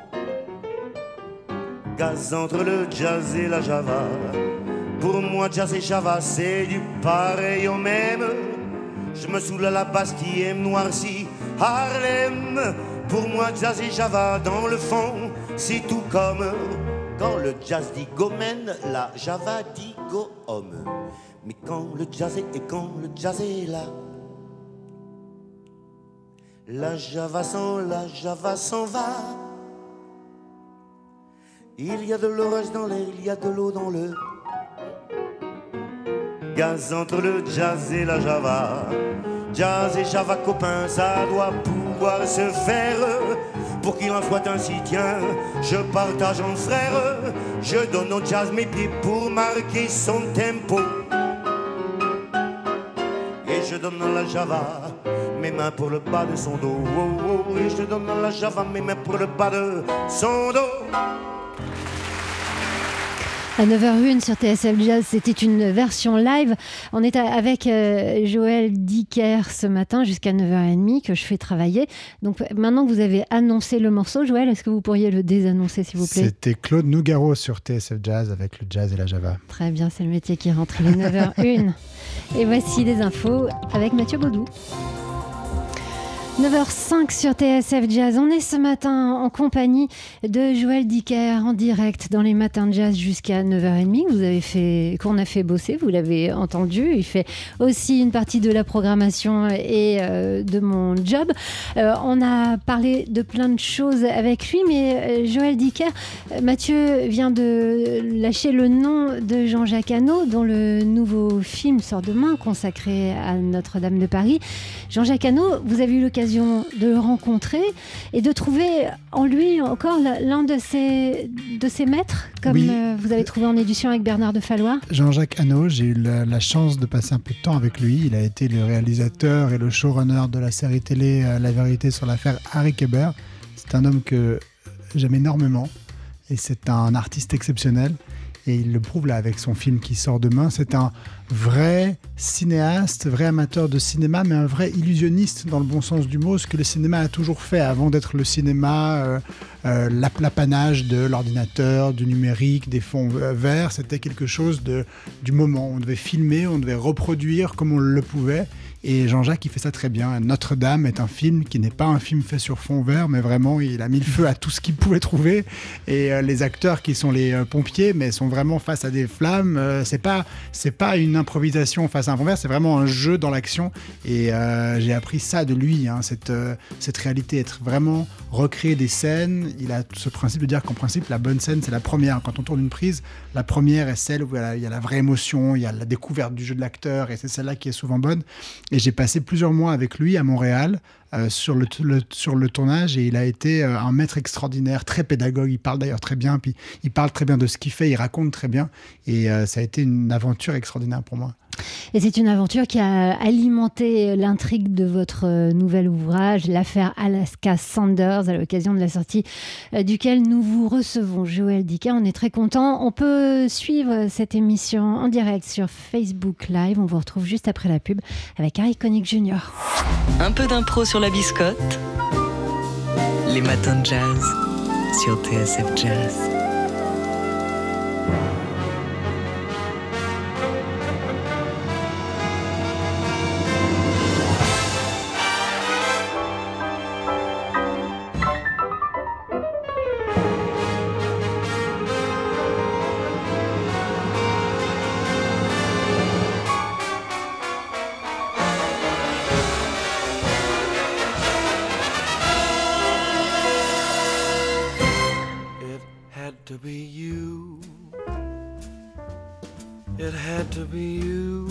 gaz entre le jazz et la Java. Pour moi, jazz et Java, c'est du pareil au même. Je me saoule à la Bastille et me noircis Harlem. Pour moi, jazz et Java, dans le fond, c'est tout comme quand le jazz dit go men, la Java dit go homme. Mais quand le jazz est là, la Java s'en va. Il y a de l'orage dans l'air, il y a de l'eau dans le gaz entre le jazz et la Java. Jazz et Java copains, ça doit pouvoir se faire. Pour qu'il en soit ainsi, tiens, je partage en frère. Je donne au jazz mes pieds pour marquer son tempo. Et je donne à la Java mes mains pour le bas de son dos. Oh, oh, et je donne à la Java mes mains pour le bas de son dos. À 9h01 sur TSF Jazz, c'était une version live. On est avec Joël Dicker ce matin jusqu'à 9h30 que je fais travailler. Donc maintenant que vous avez annoncé le morceau, Joël, est-ce que vous pourriez le désannoncer s'il vous plaît ? C'était Claude Nougaro sur TSF Jazz avec le jazz et la Java. Très bien, c'est le métier qui rentre. Il est 9h01. Et voici les infos avec Mathieu Baudou. 9h05 sur TSF Jazz. On est ce matin en compagnie de Joël Dicker en direct dans les matins de jazz jusqu'à 9h30 qu'on a fait bosser, vous l'avez entendu. Il fait aussi une partie de la programmation et de mon job. On a parlé de plein de choses avec lui, mais Joël Dicker, Mathieu vient de lâcher le nom de Jean-Jacques Hano, dont le nouveau film sort demain, consacré à Notre-Dame de Paris. Jean-Jacques Hano, vous avez eu l'occasion de le rencontrer et de trouver en lui encore l'un de ses maîtres, comme oui. Vous avez trouvé en édition avec Bernard de Fallois. Jean-Jacques Hano, j'ai eu la chance de passer un peu de temps avec lui. Il a été le réalisateur et le showrunner de la série télé La Vérité sur l'affaire Harry Kéber. C'est un homme que j'aime énormément et c'est un artiste exceptionnel. et il le prouve là avec son film qui sort demain. C'est un vrai cinéaste, vrai amateur de cinéma, mais un vrai illusionniste dans le bon sens du mot, ce que le cinéma a toujours fait avant d'être le cinéma, l'apanage de l'ordinateur, du numérique, des fonds verts. C'était quelque chose du moment. On devait filmer, on devait reproduire comme on le pouvait. Et Jean-Jacques, il fait ça très bien. Notre-Dame est un film qui n'est pas un film fait sur fond vert, mais vraiment, il a mis le feu à tout ce qu'il pouvait trouver. Et les acteurs qui sont les pompiers, mais sont vraiment face à des flammes. C'est pas une improvisation face à un fond vert, c'est vraiment un jeu dans l'action. Et j'ai appris ça de lui, cette réalité, être vraiment recréer des scènes. Il a ce principe de dire qu'en principe, la bonne scène, c'est la première. Quand on tourne une prise, la première est celle où il y a la vraie émotion, il y a la découverte du jeu de l'acteur, et c'est celle-là qui est souvent bonne. Et j'ai passé plusieurs mois avec lui à Montréal sur le tournage, et il a été un maître extraordinaire, très pédagogue. Il parle d'ailleurs très bien, puis il parle très bien de ce qu'il fait, il raconte très bien, et ça a été une aventure extraordinaire pour moi. Et c'est une aventure qui a alimenté l'intrigue de votre nouvel ouvrage, l'affaire Alaska Sanders, à l'occasion de la sortie duquel nous vous recevons, Joël Dicker. On est très contents. On peut suivre cette émission en direct sur Facebook Live. On vous retrouve juste après la pub avec Harry Connick Jr. Un peu d'impro sur la biscotte. Les matins de jazz sur TSF Jazz. To be you, it had to be you.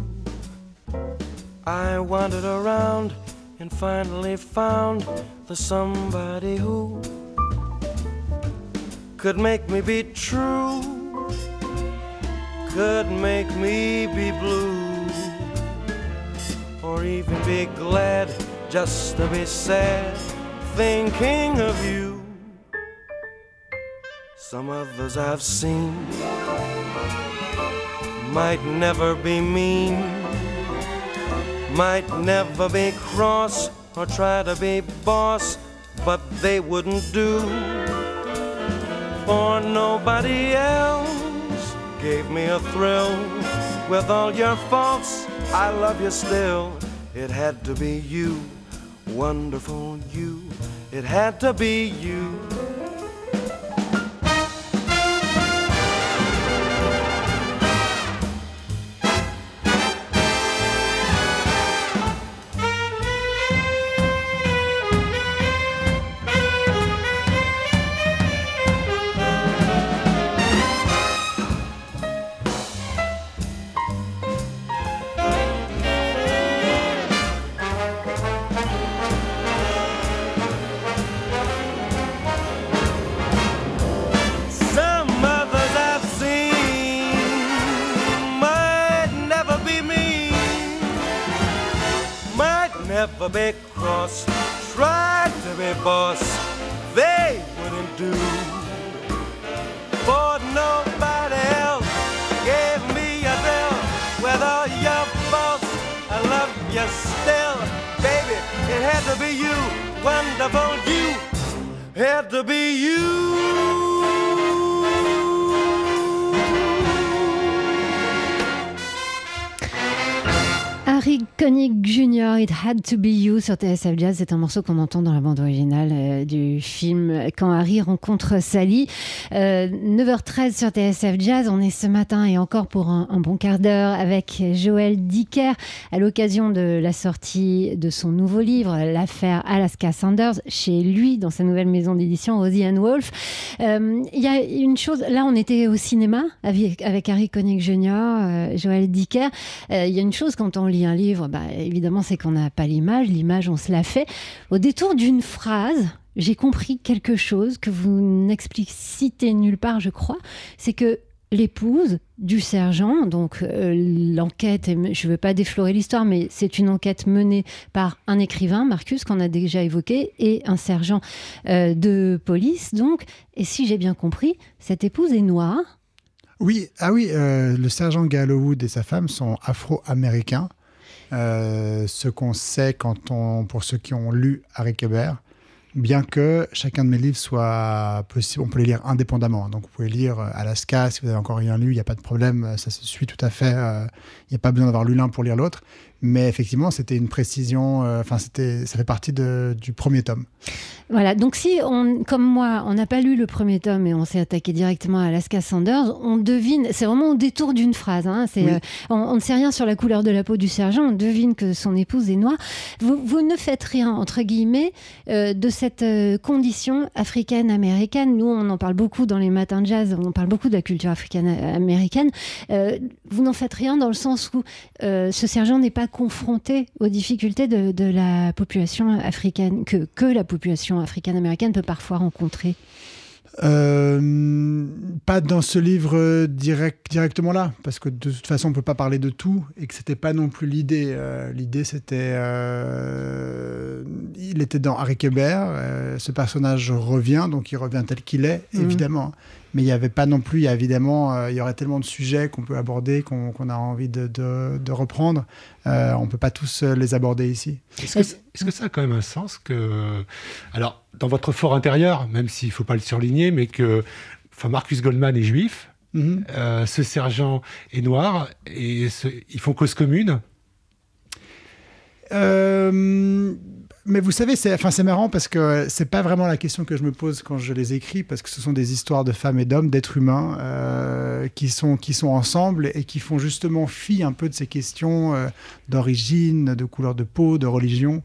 I wandered around and finally found the somebody who could make me be true, could make me be blue, or even be glad just to be sad thinking of you. Some others I've seen might never be mean, might never be cross or try to be boss, but they wouldn't do. For nobody else gave me a thrill. With all your faults, I love you still. It had to be you, wonderful you. It had to be you. Never be cross, tried to be boss, they wouldn't do. For nobody else gave me a thrill. With all your faults, I love you still. Baby, it had to be you, wonderful you, had to be you. Harry Connick Jr., It Had to Be You sur TSF Jazz. C'est un morceau qu'on entend dans la bande originale du film Quand Harry rencontre Sally. 9h13 sur TSF Jazz. On est ce matin et encore pour un bon quart d'heure avec Joël Dicker à l'occasion de la sortie de son nouveau livre, l'affaire Alaska Sanders, chez lui, dans sa nouvelle maison d'édition, Rosie and Wolf. Il y a une chose, là on était au cinéma avec Harry Connick Jr., Joël Dicker. Il y a une chose quand on lit un livre, évidemment, c'est qu'on n'a pas l'image. L'image, on se la fait. Au détour d'une phrase, j'ai compris quelque chose que vous n'explicitez nulle part, je crois. C'est que l'épouse du sergent, donc l'enquête, je ne veux pas déflorer l'histoire, mais c'est une enquête menée par un écrivain, Marcus, qu'on a déjà évoqué, et un sergent de police. Donc, et si j'ai bien compris, cette épouse est noire. Oui, le sergent Gallowwood et sa femme sont afro-américains. Ce qu'on sait pour ceux qui ont lu Harry Kéber, bien que chacun de mes livres soit possible, on peut les lire indépendamment. Donc vous pouvez lire Alaska, si vous n'avez encore rien lu, il n'y a pas de problème, ça se suit tout à fait. Il n'y a pas besoin d'avoir lu l'un pour lire l'autre. Mais effectivement, c'était une précision, ça fait partie du premier tome. Voilà, donc si, comme moi, on n'a pas lu le premier tome et on s'est attaqué directement à Alaska Sanders, on devine, c'est vraiment au détour d'une phrase, hein, on ne sait rien sur la couleur de la peau du sergent, on devine que son épouse est noire. Vous ne faites rien, entre guillemets, de cette condition africaine-américaine. Nous, on en parle beaucoup dans les matins de jazz, on parle beaucoup de la culture africaine-américaine. Vous n'en faites rien dans le sens où ce sergent n'est pas confronté aux difficultés de la population africaine, que la population africaine-américaine peut parfois rencontrer. Pas dans ce livre directement là, parce que de toute façon on peut pas parler de tout et que c'était pas non plus l'idée. L'idée c'était, il était dans Harry Kéber, ce personnage revient, donc il revient tel qu'il est, évidemment. Mais il n'y avait pas non plus, il y aurait tellement de sujets qu'on peut aborder, qu'on a envie de reprendre. On ne peut pas tous les aborder ici. Est-ce que ça a quand même un sens que... Alors, dans votre fort intérieur, même s'il ne faut pas le surligner, mais que Marcus Goldman est juif, ce sergent est noir, et ils font cause commune. Mais vous savez, c'est marrant parce que c'est pas vraiment la question que je me pose quand je les écris, parce que ce sont des histoires de femmes et d'hommes, d'êtres humains qui sont ensemble et qui font justement fi un peu de ces questions d'origine, de couleur de peau, de religion.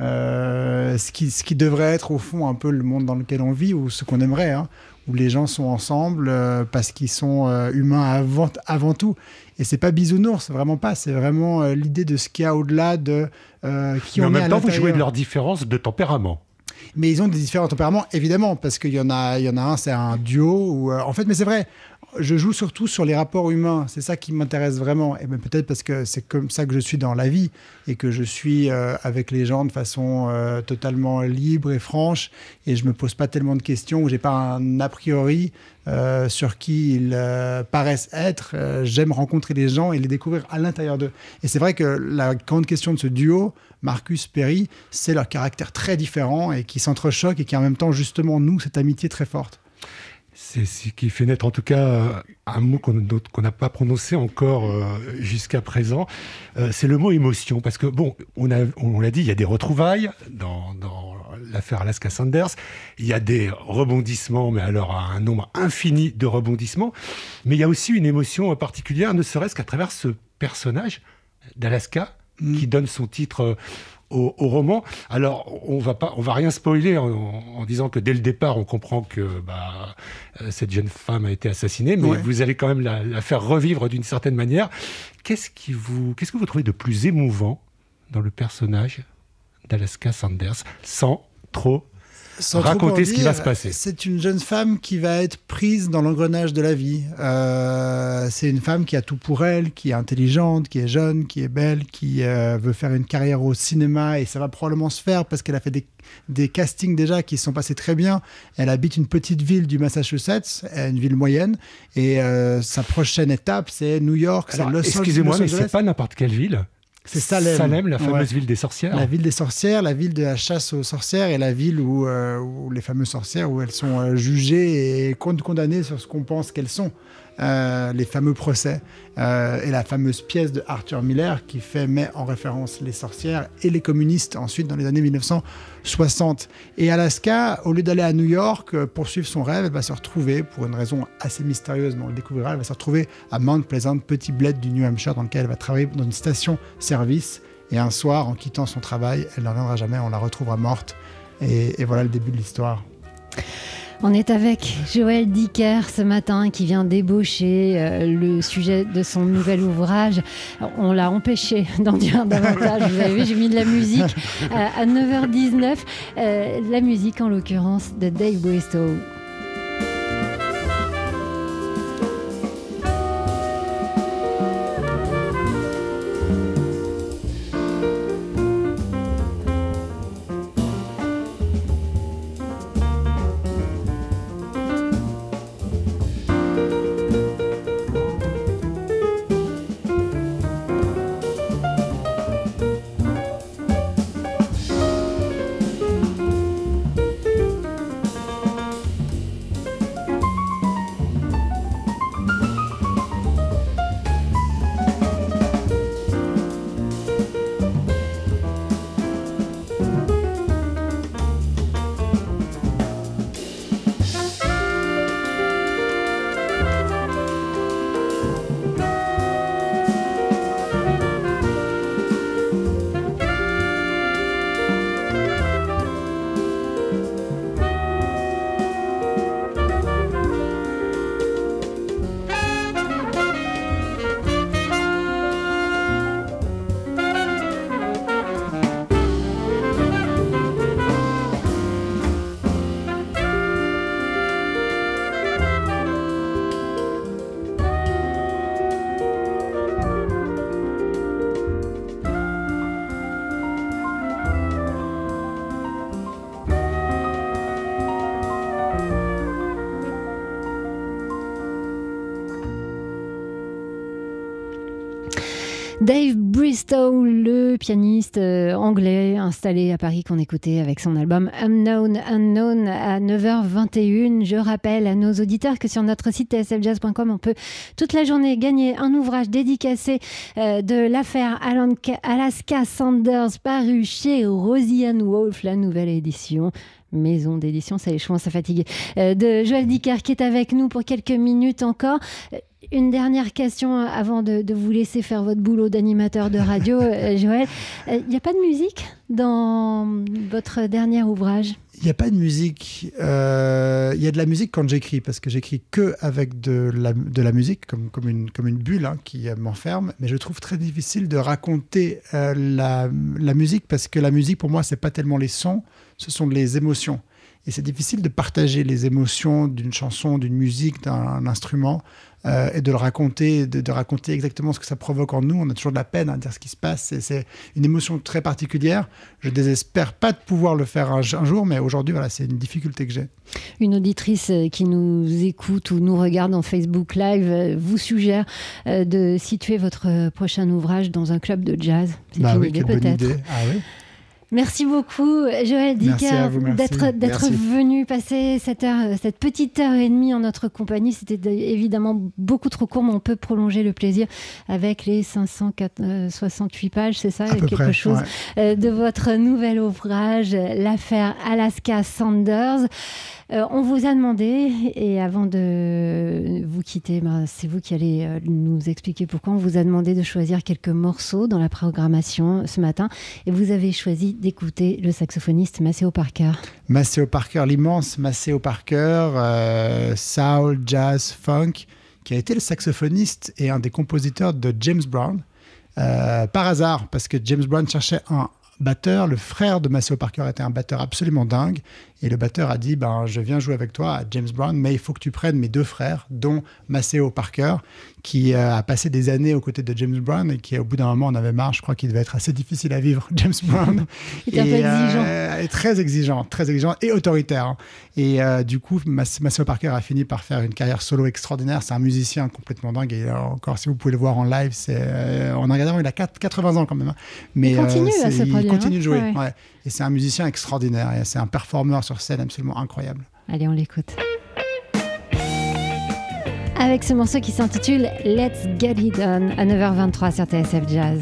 Ce qui devrait être au fond un peu le monde dans lequel on vit, ou ce qu'on aimerait, hein, où les gens sont ensemble parce qu'ils sont humains avant tout. Et c'est pas bisounours, vraiment pas. C'est vraiment l'idée de ce qu'il y a au-delà de qui on est à l'intérieur. Mais en même temps, vous jouez de leurs différences de tempérament. Mais ils ont des différents tempéraments, évidemment, parce qu'il y en a un, c'est un duo. En fait, mais c'est vrai, je joue surtout sur les rapports humains. C'est ça qui m'intéresse vraiment. Et peut-être parce que c'est comme ça que je suis dans la vie et que je suis avec les gens de façon totalement libre et franche. Et je me pose pas tellement de questions, où j'ai pas un a priori sur qui ils paraissent être. J'aime rencontrer les gens et les découvrir à l'intérieur d'eux. Et c'est vrai que la grande question de ce duo, Marcus Perry, c'est leur caractère très différent et qui s'entrechoquent et qui en même temps justement nouent cette amitié très forte. C'est ce qui fait naître en tout cas un mot qu'on n'a pas prononcé encore jusqu'à présent, c'est le mot émotion. Parce que bon, on l'a dit, il y a des retrouvailles dans l'affaire Alaska Sanders, il y a des rebondissements, mais alors un nombre infini de rebondissements, mais il y a aussi une émotion particulière, ne serait-ce qu'à travers ce personnage d'Alaska qui donne son titre au roman. Alors, on va rien spoiler en disant que dès le départ, on comprend que cette jeune femme a été assassinée, mais vous allez quand même la faire revivre d'une certaine manière. Qu'est-ce que vous trouvez de plus émouvant dans le personnage d'Alaska Sanders, sans trop raconter ce qui va se passer? C'est une jeune femme qui va être prise dans l'engrenage de la vie. C'est une femme qui a tout pour elle, qui est intelligente, qui est jeune, qui est belle, qui veut faire une carrière au cinéma, et ça va probablement se faire parce qu'elle a fait des castings déjà qui se sont passés très bien. Elle habite une petite ville du Massachusetts, une ville moyenne, et sa prochaine étape, c'est New York, c'est Los Angeles. Excusez-moi, mais c'est pas n'importe quelle ville. C'est Salem. Salem, la fameuse ville des sorcières. La ville des sorcières, la ville de la chasse aux sorcières, et la ville où les fameuses sorcières, où elles sont jugées et condamnées sur ce qu'on pense qu'elles sont. Les fameux procès. Et la fameuse pièce de Arthur Miller qui met en référence les sorcières et les communistes ensuite dans les années 1960. Et Alaska, au lieu d'aller à New York poursuivre son rêve, elle va se retrouver, pour une raison assez mystérieuse, mais on le découvrira, elle va se retrouver à Mount Pleasant, petit bled du New Hampshire, dans lequel elle va travailler dans une station-service. Et un soir, en quittant son travail, elle n'en reviendra jamais, on la retrouvera morte. Et voilà le début de l'histoire. On est avec Joël Dicker ce matin qui vient d'ébaucher le sujet de son nouvel ouvrage. On l'a empêché d'en dire davantage. Vous avez vu, j'ai mis de la musique à 9h19. La musique en l'occurrence de Dave Bristow. Dave Bristow, le pianiste anglais installé à Paris qu'on écoutait avec son album Unknown Unknown à 9h21. Je rappelle à nos auditeurs que sur notre site tsfjazz.com, on peut toute la journée gagner un ouvrage dédicacé de l'affaire Alaska Sanders paru chez Rosie Ann Wolf, la nouvelle édition. Maison d'édition, ça y est, je commence à fatiguer. De Joël Dicker qui est avec nous pour quelques minutes encore. Une dernière question avant de vous laisser faire votre boulot d'animateur de radio, Joël. Il n'y a pas de musique dans votre dernier ouvrage ? Il n'y a pas de musique. Il y a de la musique quand j'écris, parce que j'écris que avec de la musique, comme une bulle qui m'enferme. Mais je trouve très difficile de raconter la musique, parce que la musique, pour moi, c'est pas tellement les sons, ce sont les émotions. Et c'est difficile de partager les émotions d'une chanson, d'une musique, d'un instrument, et de le raconter, de raconter exactement ce que ça provoque en nous. On a toujours de la peine à dire ce qui se passe. C'est une émotion très particulière. Je désespère pas de pouvoir le faire un jour, mais aujourd'hui, voilà, c'est une difficulté que j'ai. Une auditrice qui nous écoute ou nous regarde en Facebook Live vous suggère de situer votre prochain ouvrage dans un club de jazz. C'est une idée peut-être. Idée. Ah oui. Merci beaucoup, Joël Dicker, d'être venu passer cette petite heure et demie en notre compagnie. C'était évidemment beaucoup trop court, mais on peut prolonger le plaisir avec les 568 pages, c'est ça, quelque chose, de votre nouvel ouvrage, l'affaire Alaska Sanders. On vous a demandé, et avant de vous quitter, c'est vous qui allez nous expliquer pourquoi, on vous a demandé de choisir quelques morceaux dans la programmation ce matin, et vous avez choisi d'écouter le saxophoniste Maceo Parker. Maceo Parker, l'immense Maceo Parker, soul, jazz, funk, qui a été le saxophoniste et un des compositeurs de James Brown, par hasard, parce que James Brown cherchait un batteur. Le frère de Maceo Parker était un batteur absolument dingue, et le batteur a dit je viens jouer avec toi à James Brown, mais il faut que tu prennes mes deux frères, dont Maceo Parker, qui a passé des années aux côtés de James Brown, et qui au bout d'un moment en avait marre. Je crois qu'il devait être assez difficile à vivre, James Brown. Il était un peu exigeant. Très exigeant et autoritaire. Et du coup, Maceo Parker a fini par faire une carrière solo extraordinaire. C'est un musicien complètement dingue, et encore, si vous pouvez le voir en live, en regardant, il a 80 ans quand même. Mais il continue à se produire. Il continue de jouer, ouais. Et c'est un musicien extraordinaire, et c'est un performeur sur scène absolument incroyable. Allez, on l'écoute. Avec ce morceau qui s'intitule Let's Get It On à 9h23 sur TSF Jazz.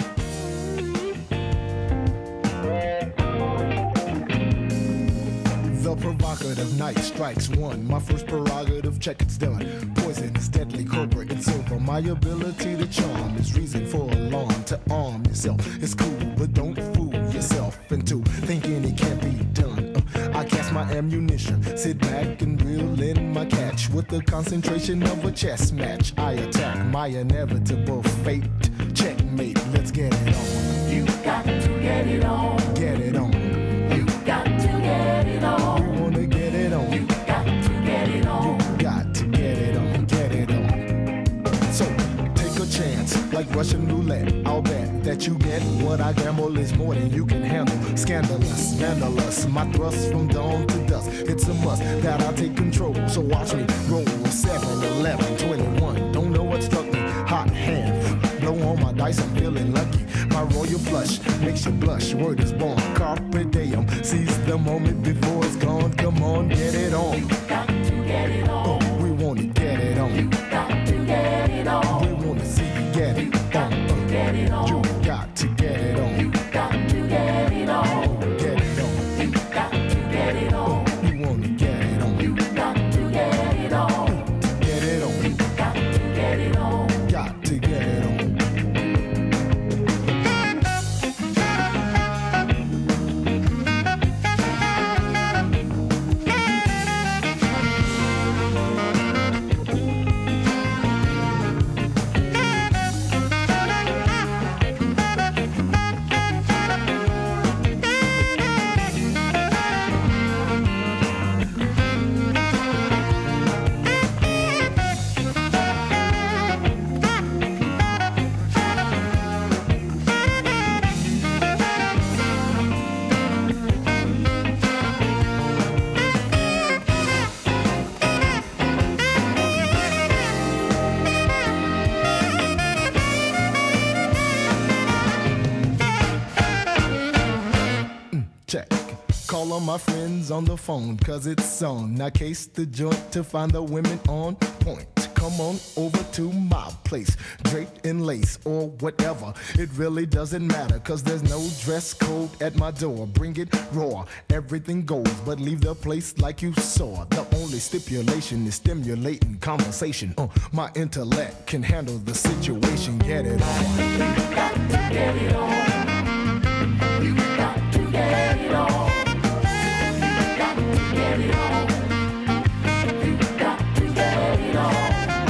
The provocative night strikes one. My first prerogative, check it's done. Poison is deadly, cobra, it's over. My ability to charm is reason for alarm. To arm yourself, it's cool, but don't fool yourself into thinking it can't be done. I cast my ammunition, sit back and reel in my catch. With the concentration of a chess match, I attack my inevitable fate. Checkmate, let's get it on. You got to get it on. Get it on. You got to get it on. You wanna get it on. You got to get it on. You got to get it on. Get it on. So take a chance, like Russian roulette. I'll bet that you get what I gamble is more than you can handle. Scandalous, vandalous, my thrust from dawn to dusk. It's a must that I take control. So watch me roll 7, 11, 21. Don't know what struck me. Hot hand, blow on my dice. I'm feeling lucky. My royal flush makes you blush. Word is born. Carpe diem. Seize the moment before it's gone. Come on, get it on. You got to get it on. We wanna get it on. You got to get it on. We wanna see you get it on. Get it on. You got to get it on. You got to get it on. Get it on. You got to get it on. You wanna get it on. You got to get it on. Get it on. You got to get it on. Got to get it on. all of my friends on the phone, cause it's on. Now case the joint to find the women on point. Come on over to my place, draped in lace or whatever. It really doesn't matter, cause there's no dress code at my door. Bring it raw, everything goes, but leave the place like you saw. The only stipulation is stimulating conversation. My intellect can handle the situation. Get it on. You got to get it on. You got to get it on. You got to get it on. You got to get it on.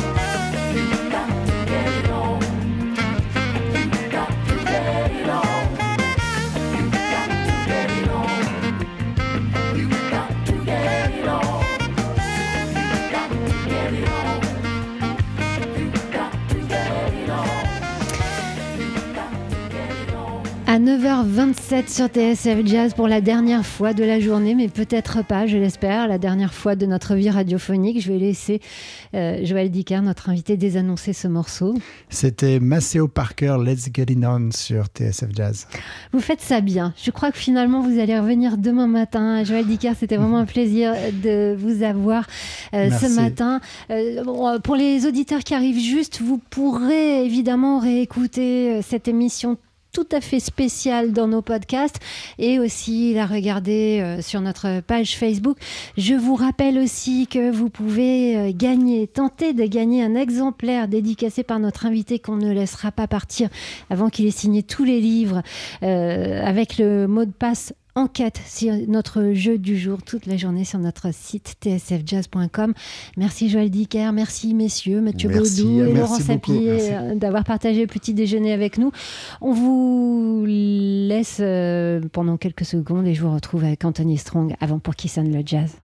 À 9h27 sur TSF Jazz pour la dernière fois de la journée, mais peut-être pas, je l'espère, la dernière fois de notre vie radiophonique. Je vais laisser Joël Dicker, notre invité, désannoncer ce morceau. C'était Maceo Parker, Let's Get It On sur TSF Jazz. Vous faites ça bien. Je crois que finalement vous allez revenir demain matin. Joël Dicker, c'était vraiment un plaisir de vous avoir ce matin. Pour les auditeurs qui arrivent juste, vous pourrez évidemment réécouter cette émission tout à fait spécial dans nos podcasts et aussi la regarder sur notre page Facebook. Je vous rappelle aussi que vous pouvez tenter de gagner un exemplaire dédicacé par notre invité qu'on ne laissera pas partir avant qu'il ait signé tous les livres avec le mot de passe enquête sur notre jeu du jour toute la journée sur notre site tsfjazz.com. Merci Joël Dicker, merci messieurs, Mathieu Baudou et Laurent Sapir d'avoir partagé le petit déjeuner avec nous. On vous laisse pendant quelques secondes et je vous retrouve avec Anthony Strong avant Pour qui sonne le jazz.